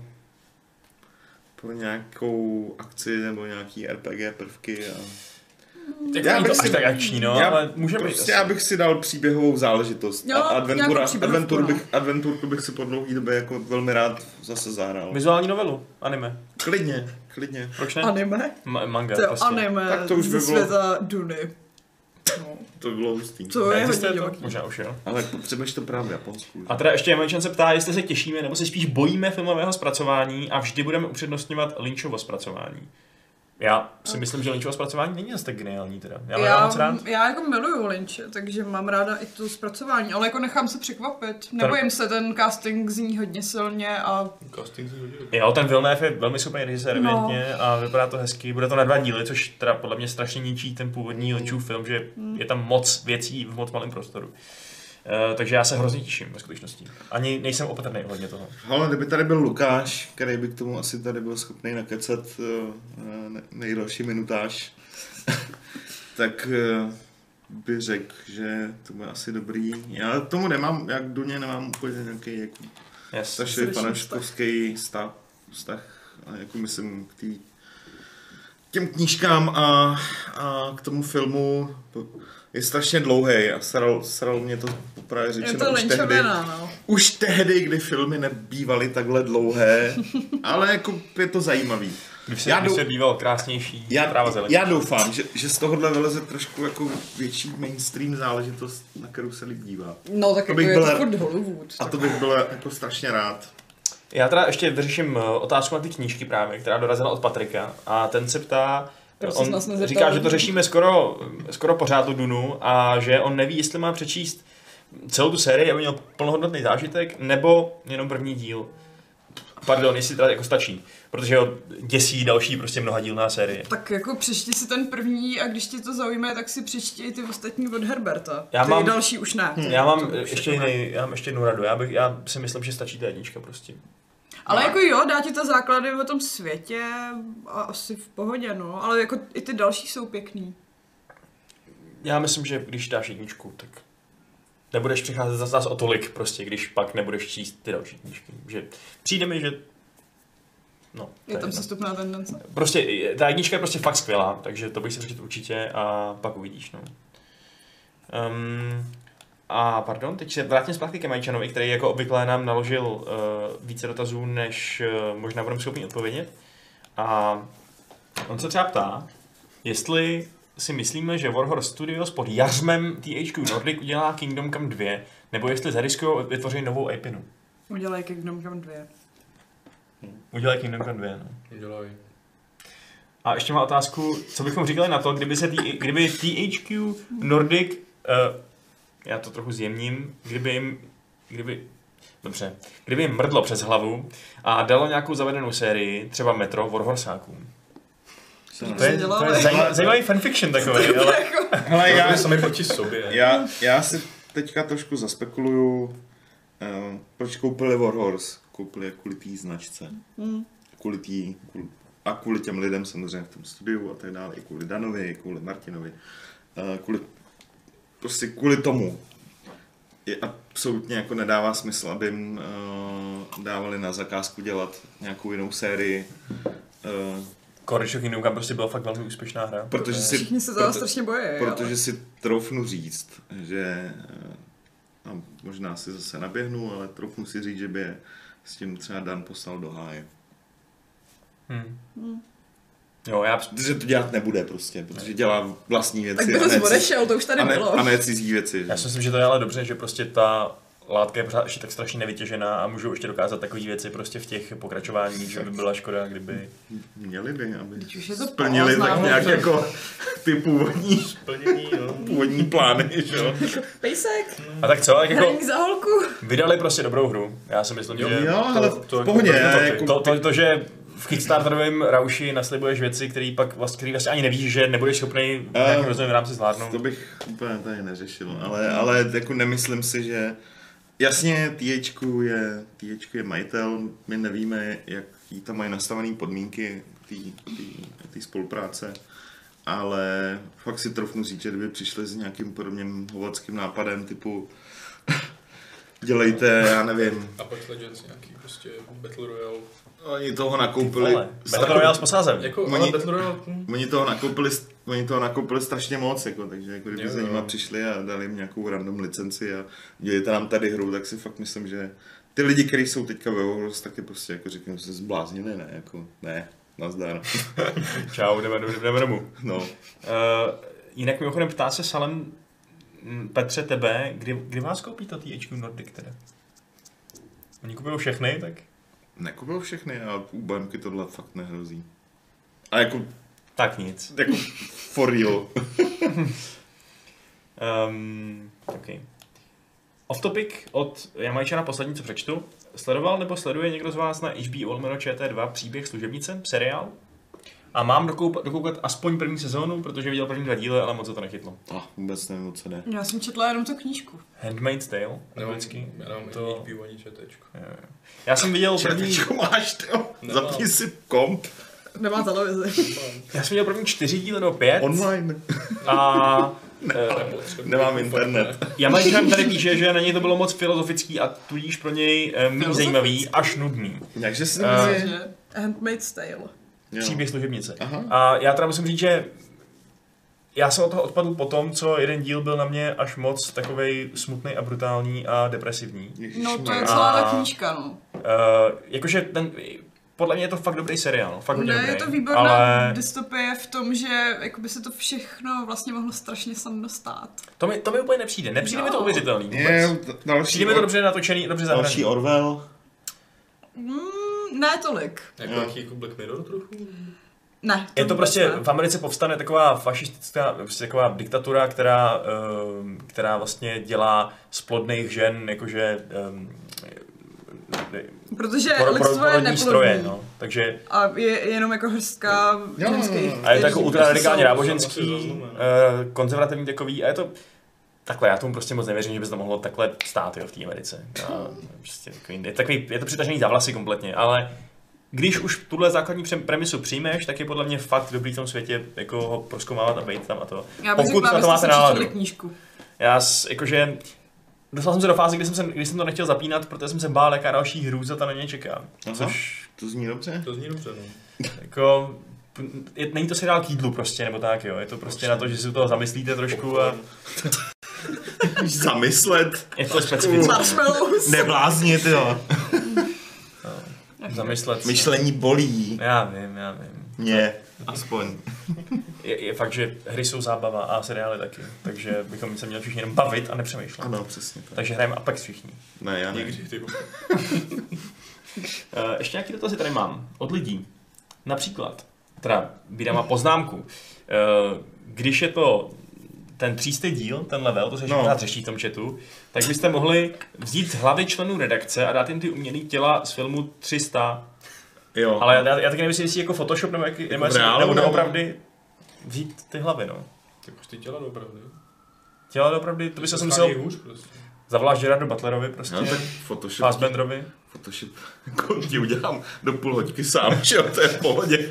nějakou akci nebo nějaký RPG prvky a... Já bych si tak akční, no, ale může prostě já bych si dal příběhovou záležitost. Jo, a adventurku bych si po dlouhý době jako velmi rád zase zahrál. Vizuální novelu, anime. Klidně. Proč ne? Anime? Manga. To prostě. Anime tak to už by ze světa Duny. No. To by bylo hustý. To je hodně divoký. Možná už jo. Ale potřebuješ to právě v Japonsku. A teda ještě Jamajčan se ptá, jestli se těšíme, nebo se spíš bojíme filmového zpracování a vždy budeme upřednostňovat Lynchovo zpracování. Já si myslím, že Lynchovo zpracování není zase tak geniální teda. Já jako miluju Lynche, takže mám ráda i to zpracování, ale jako nechám se překvapit. Nebojím se, ten casting zní hodně silně a... Casting zní hodně. Jo, ten Villeneuve je velmi super režisér, evidentně, a vypadá to hezky. Bude to na 2 díly, což teda podle mě strašně ničí ten původní Lynchův film, že je tam moc věcí v moc malém prostoru. Takže já se hrozně těším ve skutečnosti. Ani nejsem opatrný ohledně toho. Ale kdyby tady byl Lukáš, který by k tomu asi tady byl schopný nakecat nejdelší minutáž, tak by řekl, že to bude asi dobrý. Já tomu nemám, jak do něj nemám úplně nějaký jako strašný fanouškovský vztah, a jako myslím k těm knížkám a k tomu filmu je strašně dlouhý a sral mě to právě řečeno už tehdy, kdy filmy nebývaly takhle dlouhé, ale jako je to zajímavý. Když se býval krásnější tráva zelený. Já doufám, že z tohohle vyleze trošku jako větší mainstream záležitost, na kterou se lidi dívá. No tak jako je to furt Hollywood. A to bych byl jako strašně rád. Já teda ještě vyřeším otázku na ty knížky právě, která dorazila od Patrika a ten se ptá, on říká, že to řešíme skoro pořád tu Dunu a že on neví, jestli má přečíst celou tu sérii, aby měl plnohodnotný zážitek, nebo jenom první díl. Pardon, jestli teda jako stačí, protože ho děsí další prostě mnohadílná série. Tak jako přečti si ten první a když tě to zaujme, tak si přečti i ty ostatní od Herberta. Další už ne. Já mám ještě jednu radu, já si myslím, že stačí ta jednička prostě. Ale jako jo, dá ti to základy o tom světě a asi v pohodě, no, ale jako i ty další jsou pěkný. Já myslím, že když dáš jedničku, tak nebudeš přicházet zase o tolik prostě, když pak nebudeš číst ty další knížky. Že přijde mi, že no, je tam sestupná tendence. Prostě ta jednička je prostě fakt skvělá, takže to bych si přečetl určitě a pak uvidíš, no. A pardon, teď se vrátím zpátky ke Majčanovi, který jako obvykle nám naložil více dotazů, než možná budeme schopni odpovědět. A on se třeba ptá, jestli si myslíme, že Warhorse Studios pod jařmem THQ Nordic udělá Kingdom Come 2, nebo jestli zariskují vytvořit novou IPinu. Udělají Kingdom Come 2. Udělají Kingdom Come 2, no. Udělají. A ještě má otázku, co bychom říkali na to, kdyby THQ Nordic, já to trochu zjemním, kdyby jim mrdlo přes hlavu a dalo nějakou zavedenou sérii, třeba Metro Warhorsákům. To je zajímavý fanfiction takový, ale já sami proti sobě. Já si teďka trošku zaspekuluju, proč koupili Warhorse. Koupili kvůli té značce. Kvůli těm lidem samozřejmě v tom studiu a tak dále, i kvůli Danovi, kvůli Martinovi. Kvůli tomu. Absolutně jako nedává smysl, aby jim dávali na zakázku dělat nějakou jinou sérii. Core Kingdom Come prostě byla fakt velmi úspěšná hra. Všichni se toho strašně bojí. Protože si troufnu říct, že a možná si zase naběhnu, ale troufnu si říct, že by je s tím třeba Dan poslal do háje. Jo, protože to dělat nebude prostě, protože dělá vlastní věci. Tak by ho odešel, to už tady bylo. A ne cizí věci. Já si myslím, že to je ale dobře, že prostě ta látka je pořád ještě tak strašně nevytěžená a můžou ještě dokázat takové věci prostě v těch pokračováních, že by byla škoda, kdyby... Měli by, aby splnili tak nějak jako ty původní plány, že jo. Pejsek. A tak co, jako za holku. Vydali prostě dobrou hru. Já si myslím, že... Jo, ale v pohodě. To, že v Kickstarterovém rauši naslibuješ věci, který vlastně ani nevíš, že nebudeš schopný v nějakém rozhodném rámci zvládnout. To bych úplně tady neřešil, ale jako nemyslím si, že jasně THQ je majitel, my nevíme, jaký tam mají nastavené podmínky té spolupráce, ale fakt si trofnu říct, že kdyby přišli s nějakým podobným hovackým nápadem typu dělejte, já nevím. Apex Legends nějaký prostě Battle Royale. Oni toho nakoupili. Battle Royale s posázem. Oni toho nakoupili strašně moc, jako, takže jako kdyby za nima přišli a dali jim nějakou random licenci a dělejte nám tady hru, tak si fakt myslím, že ty lidi, kteří jsou teďka ve Warhorse, taky prostě jako říkám, že se zbláznili, ne, jako, ne, nazdar. Čau, jdeme domů. No. Jinak mimochodem ptá se Salem, Petře, tebe, kdy vás koupí to THQ Nordic teda? Oni kupují všechny, tak? Nekupil všechny a u Bamky tohle fakt nehrozí. A jako... Tak nic. Jako for real. Okay. Off topic od Jamajčana poslední, co přečtu. Sledoval nebo sleduje někdo z vás na HBO ČT2 Příběh služebnice, seriál? A mám dokoukat aspoň první sezónu, protože viděl první 2 díly, ale moc se to nechytlo. Vůbec nevím, co jde. Já jsem četla jenom tu knížku. Handmaid's Tale, anglicky. To... ani četečko. Já jsem viděl první... Četečko máš, tyjo. Zapni si komp. Nemá televizi. Já jsem viděl první 4 díly nebo 5. Online. A... Nemám internet. Jamajčan tady píše, že na něj to bylo moc filozofický a tudíž pro něj méně zajímavý až nudný. Jakže si Handmaid's Tale. Příběh služebnice. Aha. A já teda musím říct, že já jsem od toho odpadl po tom, co jeden díl byl na mě až moc takovej smutný a brutální a depresivní. No to je celá ta knížka, no. Jakože ten... Podle mě je to fakt dobrý seriál, fakt hodně dobrý. Je to výborná dystopie v tom, že by se to všechno vlastně mohlo strašně snadno stát. To mi úplně nepřijde, mi to uvěřitelný vůbec. Přijde mi to dobře natočený, dobře zahraný. Další Orwell? Ne tolik. Jako Black Mirror trochu? Ne. Je to prostě, v Americe povstane taková fašistická, prostě taková diktatura, která vlastně dělá z plodných žen, jakože... Protože lidstvo je neplodný. Stroje, no. Takže... A je jenom jako hrstka ženských. A je to jako ultra radikálně náboženský, konzervativní takový, a je to... Takhle, já tomu prostě moc nevěřím, že by se to mohlo takhle stát v té Americe. Prostě je to přitažený za vlasy kompletně, ale když už tuhle základní premisu přijmeš, tak je podle mě fakt dobrý v tom světě jako ho prozkoumávat a být tam a to. Pokud na to máte náladu. Jakože dostal jsem se do fáze, kdy jsem to nechtěl zapínat, protože jsem se bál, jaká další hrůza ta na mě čeká. Což... To zní dobře. To zní dobře, no. Jako... Není to seriál k jídlu prostě, nebo tak, jo. Je to prostě na to, že si u toho zamyslíte trošku a... Zamyslet? Je to specifické. Nebláznit, jo. Zamyslet. Myšlení bolí. Já vím. Mě, aspoň. Je fakt, že hry jsou zábava a seriály taky, takže bychom se měli všichni jenom bavit a nepřemýšlet. Ano, přesně tak. Takže hrajeme Apex všichni. Ne, já někdy, ty. Ještě nějaký dotazy tady mám od lidí. Například, teda vydám poznámku, když je to ten 300. díl, ten level, to se pořád řeší v tom chatu, tak byste mohli vzít hlavy členů redakce a dát jim ty umělý těla z filmu 300. Jo. Ale já taky nevím, jestli jako Photoshop nebo doopravdy vzít ty hlavy, no. Tak už ty těla doopravdy. Těla doopravdy, to by se musel... Prostě. Zavoláš Gerardu Butlerovi prostě. No, tak Photoshop. Fassbenderovi. Photoshop jako ti udělám do půl hodiny sám, že jo, to je v pohodě.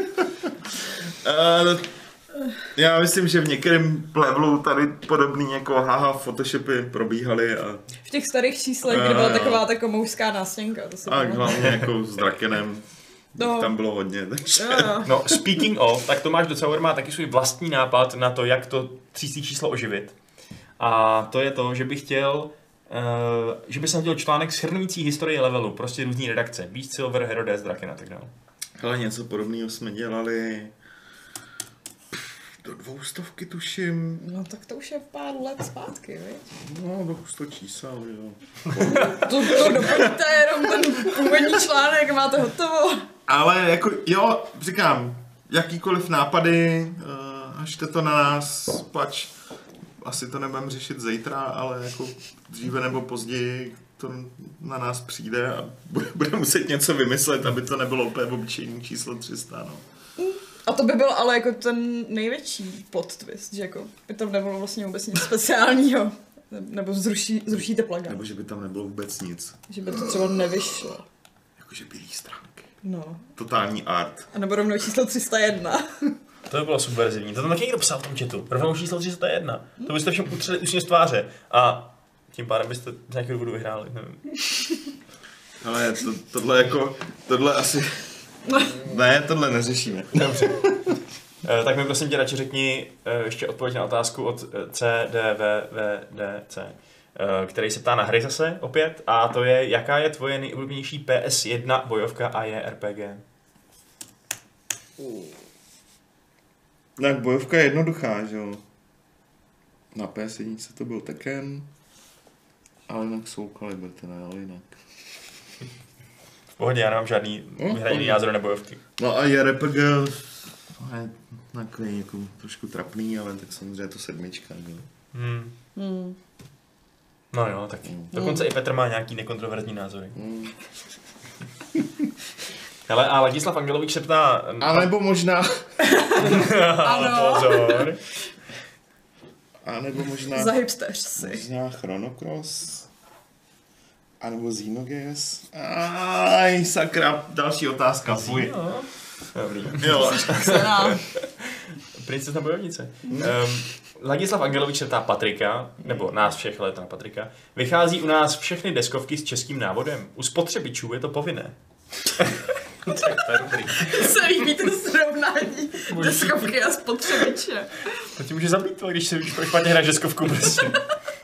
Já myslím, že v některém levelu tady podobný jako Photoshopy probíhaly a... V těch starých číslech, kde byla taková ta komoušská nástěnka, to se a hlavně jako s Drakenem. Tam bylo hodně. Takže... No, speaking of, tak Tomáš Docauer má taky svůj vlastní nápad na to, jak to 300. číslo oživit. A to je to, že bych chtěl, že by jsem chtěl článek shrnující historii levelu, prostě různý redakce. Beast, Silver, Herodes, Draken a tak dále. Ale něco podobného jsme dělali do 200 tuším. No tak to už je pár let zpátky, viď? No, do 100 čísel, jo. To doplňte jenom ten původní článek, máte hotovo. Ale jako, jo, říkám, jakýkoliv nápady, hažte to na nás, pač asi to nebudeme řešit zítra, ale jako dříve nebo později to na nás přijde a budeme muset něco vymyslet, aby to nebylo úplně obyčejný číslo 300, no. A to by byl ale jako ten největší plot twist, že jako by tam nebylo vlastně vůbec nic speciálního. Nebo zrušíte plagát. Nebo že by tam nebylo vůbec nic. Že by to třeba nevyšlo. Jakože bílý stránky. No. Totální art. A nebo rovnou číslo 301. To by bylo subverzivní. To tam taky někdo psal v tom chatu. Rovnou číslo 301. To byste všem utřeli úsměv z tváře. A tím pádem byste z nějakého důvodu vyhráli. Nevím. Ale tohle asi... Ne, tohle neřešíme. Dobře. Tak mi prosím tě radši řekni ještě odpověď na otázku od CDVVDC, který se ptá na hry zase opět, a to je, jaká je tvoje nejoblíbenější PS1 bojovka a JRPG? Tak bojovka je jednoduchá, že jo. Na PS1 to byl Tekken, ale jinak Soul Calibur teda, ale jinak. V pohodě, já nemám žádný vyhraněný názor na bojovky. No a JRPG je takový jako trošku trapný, ale tak samozřejmě je to 7, že jo. No jo, taky. Dokonce i Petr má nějaký nekontroverzní názory. Hele, a Ladislav Angelovič se ptá... A nebo možná... Ano. Pozor. A nebo možná... Za hipsteři. Možná Chronocross. A nebo Xenogears. Aj, sakra, další otázka, fuj. Dobrý. Jo. Princezna bojovnice. Ladislav Angelovič se ptá Patrika, nebo nás všech letá Patrika. Vychází u nás všechny deskovky s českým návodem. U spotřebičů je to povinné. Tak to je dobrý. Se líbí ten srovnání deskovky a spotřebiče. To ti může zabít to, když si špatně hraješ deskovku prostě.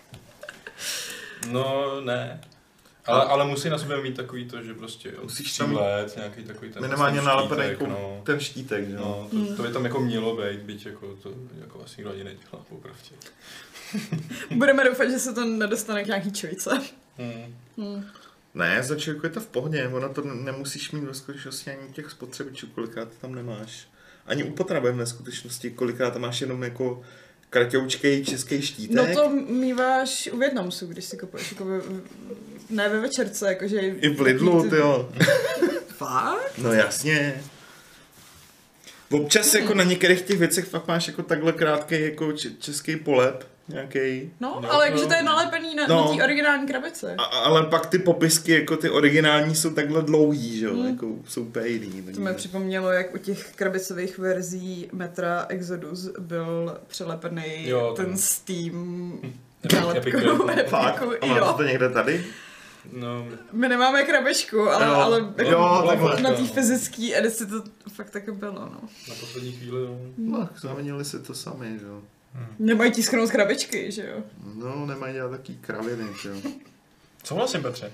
No, ne. Ale musí na sobě mít takový to, že prostě Musíš 3 tam let, nějaký takový ten minimálně nalepený štítek, ten štítek, že jo. No, to by tam jako mělo být, byť jako to jako asi nikdo ani nedělá, popravdě. Budeme doufat, že se to nedostane k nějaký čojce. Ne, za člověku je to v pohodě, ono to nemusíš mít ve skutečnosti ani těch spotřebičů, kolikrát tam nemáš. Ani u potravin ve skutečnosti, kolikrát tam máš jenom jako kratoučkej český štítek. No to míváš u Vietnamců, když si kupuješ, jako ne ve večerce, jakože... I v Lidlu, tyjo. Fakt? No jasně. Občas jako na některých těch věcech fakt máš jako takhle krátký jako český polep nějaký. No, ale jakože to je nalepený na té originální krabici. Ale pak ty popisky, jako ty originální, jsou takhle dlouhý, že jo, jako jsou úplně jiný. To mi připomnělo, jak u těch krabicových verzí Metra Exodus byl přelepený ten Steam nálepkou. Fakt? A máte to někde tady? No. My nemáme krabičku, ale na té no. fyzické edici to fakt taky bylo, no. Na poslední chvíli, no. No, zamenili si to sami, že jo. Nemají tisknout krabičky, že jo? No, nemají dělat taký kraviny, že jo. Souhlasím, Petře.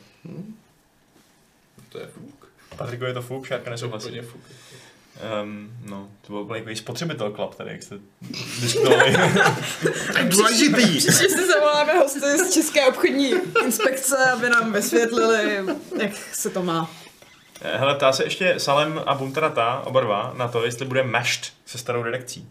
To je fuk. Patriku, je to fuk, Šárka nesouhlasí. To je fuk. No, to byl úplně spotřebitel klub tady, jak jste diskutovali. Tak důležitý! Příště si zavoláme hosty z České obchodní inspekce, aby nám vysvětlili, jak se to má. Hele, ptá se ještě Salem a Buntarata, oba dva, na to, jestli bude mashed se starou redakcí.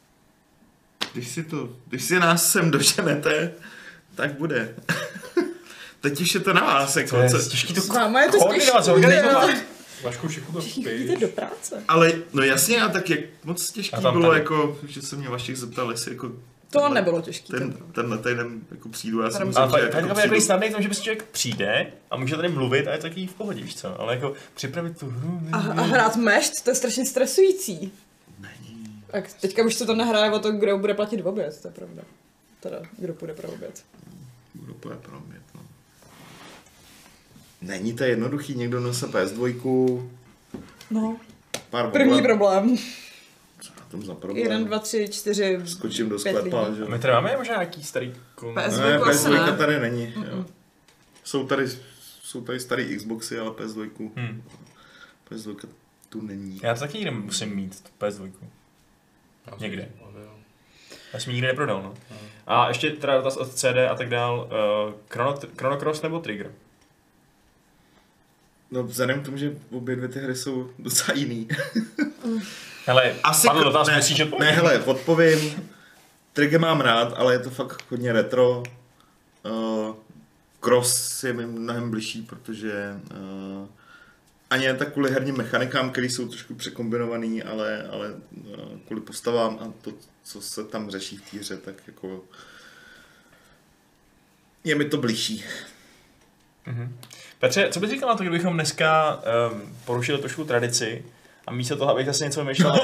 Když si nás sem doženete, tak bude. Teď už je to na vás, jako. To je těžký to je to organizovat. Vašku, všechno to Jděte do práce. Ale, no jasně, a tak jak moc těžký bylo, tady. Jako, že se mě vašich zeptal, jestli jako... To nebylo těžký. Tenhle týden jako přijdu, já jsem musím, že jako přijdu. Snadný v tom, že prostě člověk přijde a může tady mluvit a je to takový v pohodě, víš co? Ale jako připravit tu hru... A hrát mashed, to je strašně stresující. Není. A teďka už se to nehraje o to, kdo bude platit v oběd, to je pravda. Teda, kdo půjde pro oběd. Kdo půjde pro oběd, no. Není to jednoduchý, někdo nese PS2. No. První problém. Co na tom za problém? 1, 2, 3, 4, skočím do sklepa, že? My tady máme možná nějaký starý Ne, PS2 tady není. Jo. Jsou tady starý Xboxy, ale PS2 PS2 tu není. Já to taky někde musím mít, PS2. Někde. Já jsem ji nikdy neprodal, no. A ještě teda dotaz od CD a tak dál. Chrono Cross nebo Trigger? No vzhledem k tomu, že obě dvě ty hry jsou docela jiný. Hele, asi padl dotaz, musíš odpovědět. Ne, hele, odpovím. Trigger mám rád, ale je to fakt hodně retro. Cross je mi mnohem bližší, protože ani ne tak kvůli herním mechanikám, které jsou trošku překombinovaný, ale kvůli postavám a to, co se tam řeší v té hře, tak jako je mi to bližší. Petře, co bys říkal na to, kdybychom dneska porušili trošku tradici a místo toho, abych zase něco vymýšlel?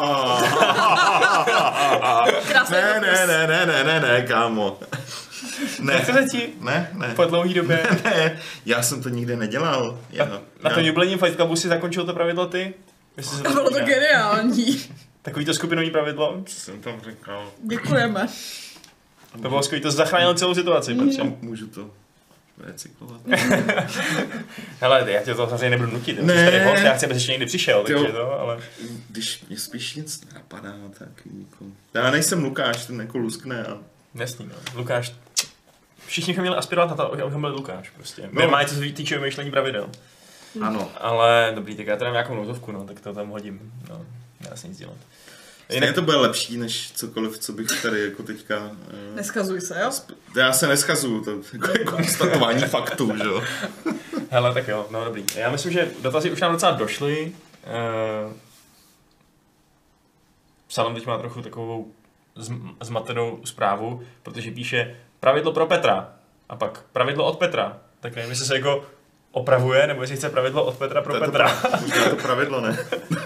Ne, kámo. Ne. Nechce ti? Ne. Po dlouhý době? Ne, já jsem to nikdy nedělal. Na tom jubilejním Fight Clubu si zakončil to pravidlo ty? Bylo to geniální. Takový to skupinový pravidlo? Co jsem tam říkal? Děkujeme. To bylo skvělé, to zachránilo celou situaci, Petře. Můžu to recyklovat. Hele, já tě to samozřejmě nebudu nutit, já chci, abys ještě někdy přišel, takže to, ale... Když mě spíš nic napadá, tak jako... Já nejsem Lukáš, ten jako luskne a... Jasný, no. Lukáš... Všichni bychom měli aspirovat na to, abychom byli Lukáš, prostě. No. Má co se týče vymýšlení pravidel. Ano. Ale dobrý, tak já teda mám nějakou nouzovku, no, tak to tam hodím, no, já si nic dělat. Jinak to bude lepší, než cokoliv, co bych tady jako teďka... Neskazuj se, jo? Já se neskazuju, to je konstatování faktů, že jo? Hele, tak jo, no dobrý. Já myslím, že dotazy už nám docela došly. Salem teď má trochu takovou zmatenou zprávu, protože píše pravidlo pro Petra a pak pravidlo od Petra. Tak nevím, jestli se jako opravuje, nebo jestli chce pravidlo od Petra pro Petra. Už je to pravidlo, ne?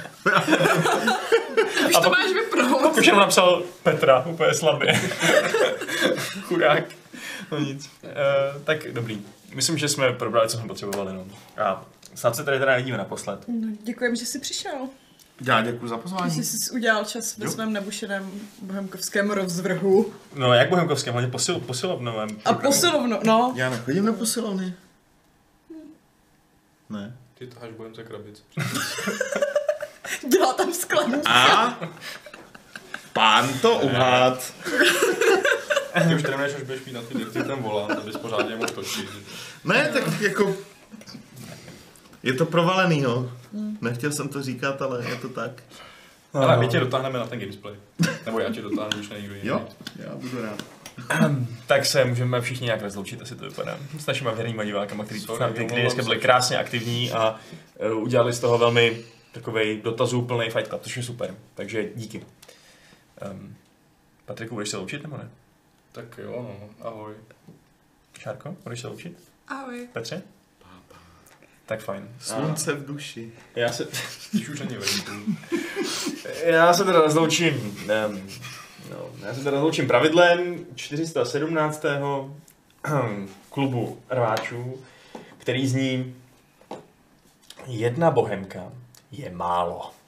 Už to máš vyprout. Už jenom napsal Petra, úplně slabě. Chudák. No nic. Tak dobrý. Myslím, že jsme probrali, co jsme potřebovali. No. A snad se tady teda nevidíme naposled. No, děkujem, že jsi přišel. Já děkuji za pozvání. Že jsi udělal čas ve svém nebušeném bohemkovském rozvrhu. No jak bohemkovském, hlavně posilovnovém. A posilovno, no. Já nechodím na posilovny. Ne. Ty taháš Bohemce krabic. Dělá tam skladnice. A pán to uhad. Ty už trénuješ, až budeš mít na ty děti ten volant, abys pořádně mohl točit. Ne, tak jako... Je to provalený, no. Nechtěl jsem to říkat, ale je to tak. Ale my tě dotáhneme na ten gamesplay. Nebo já tě dotáhnu, už nejdu jiný. Jo, já budu rád. Tak se můžeme všichni nějak rozloučit, asi to vypadá. S našimi věrnými divákama, kteří dneska byli krásně aktivní a udělali z toho velmi takovej dotazů plný Fight Club, což je super. Takže díky. Patriku, budeš se loučit nebo ne? Tak jo, no, ahoj. Šárko, budeš se loučit? Ahoj. Petře? Tak fajn. Slunce v duši. Já se... Když už není venku. Já se teda rozloučím. Já se teda rozloučím pravidlem 417. klubu rváčů, který zní: jedna bohemka je málo.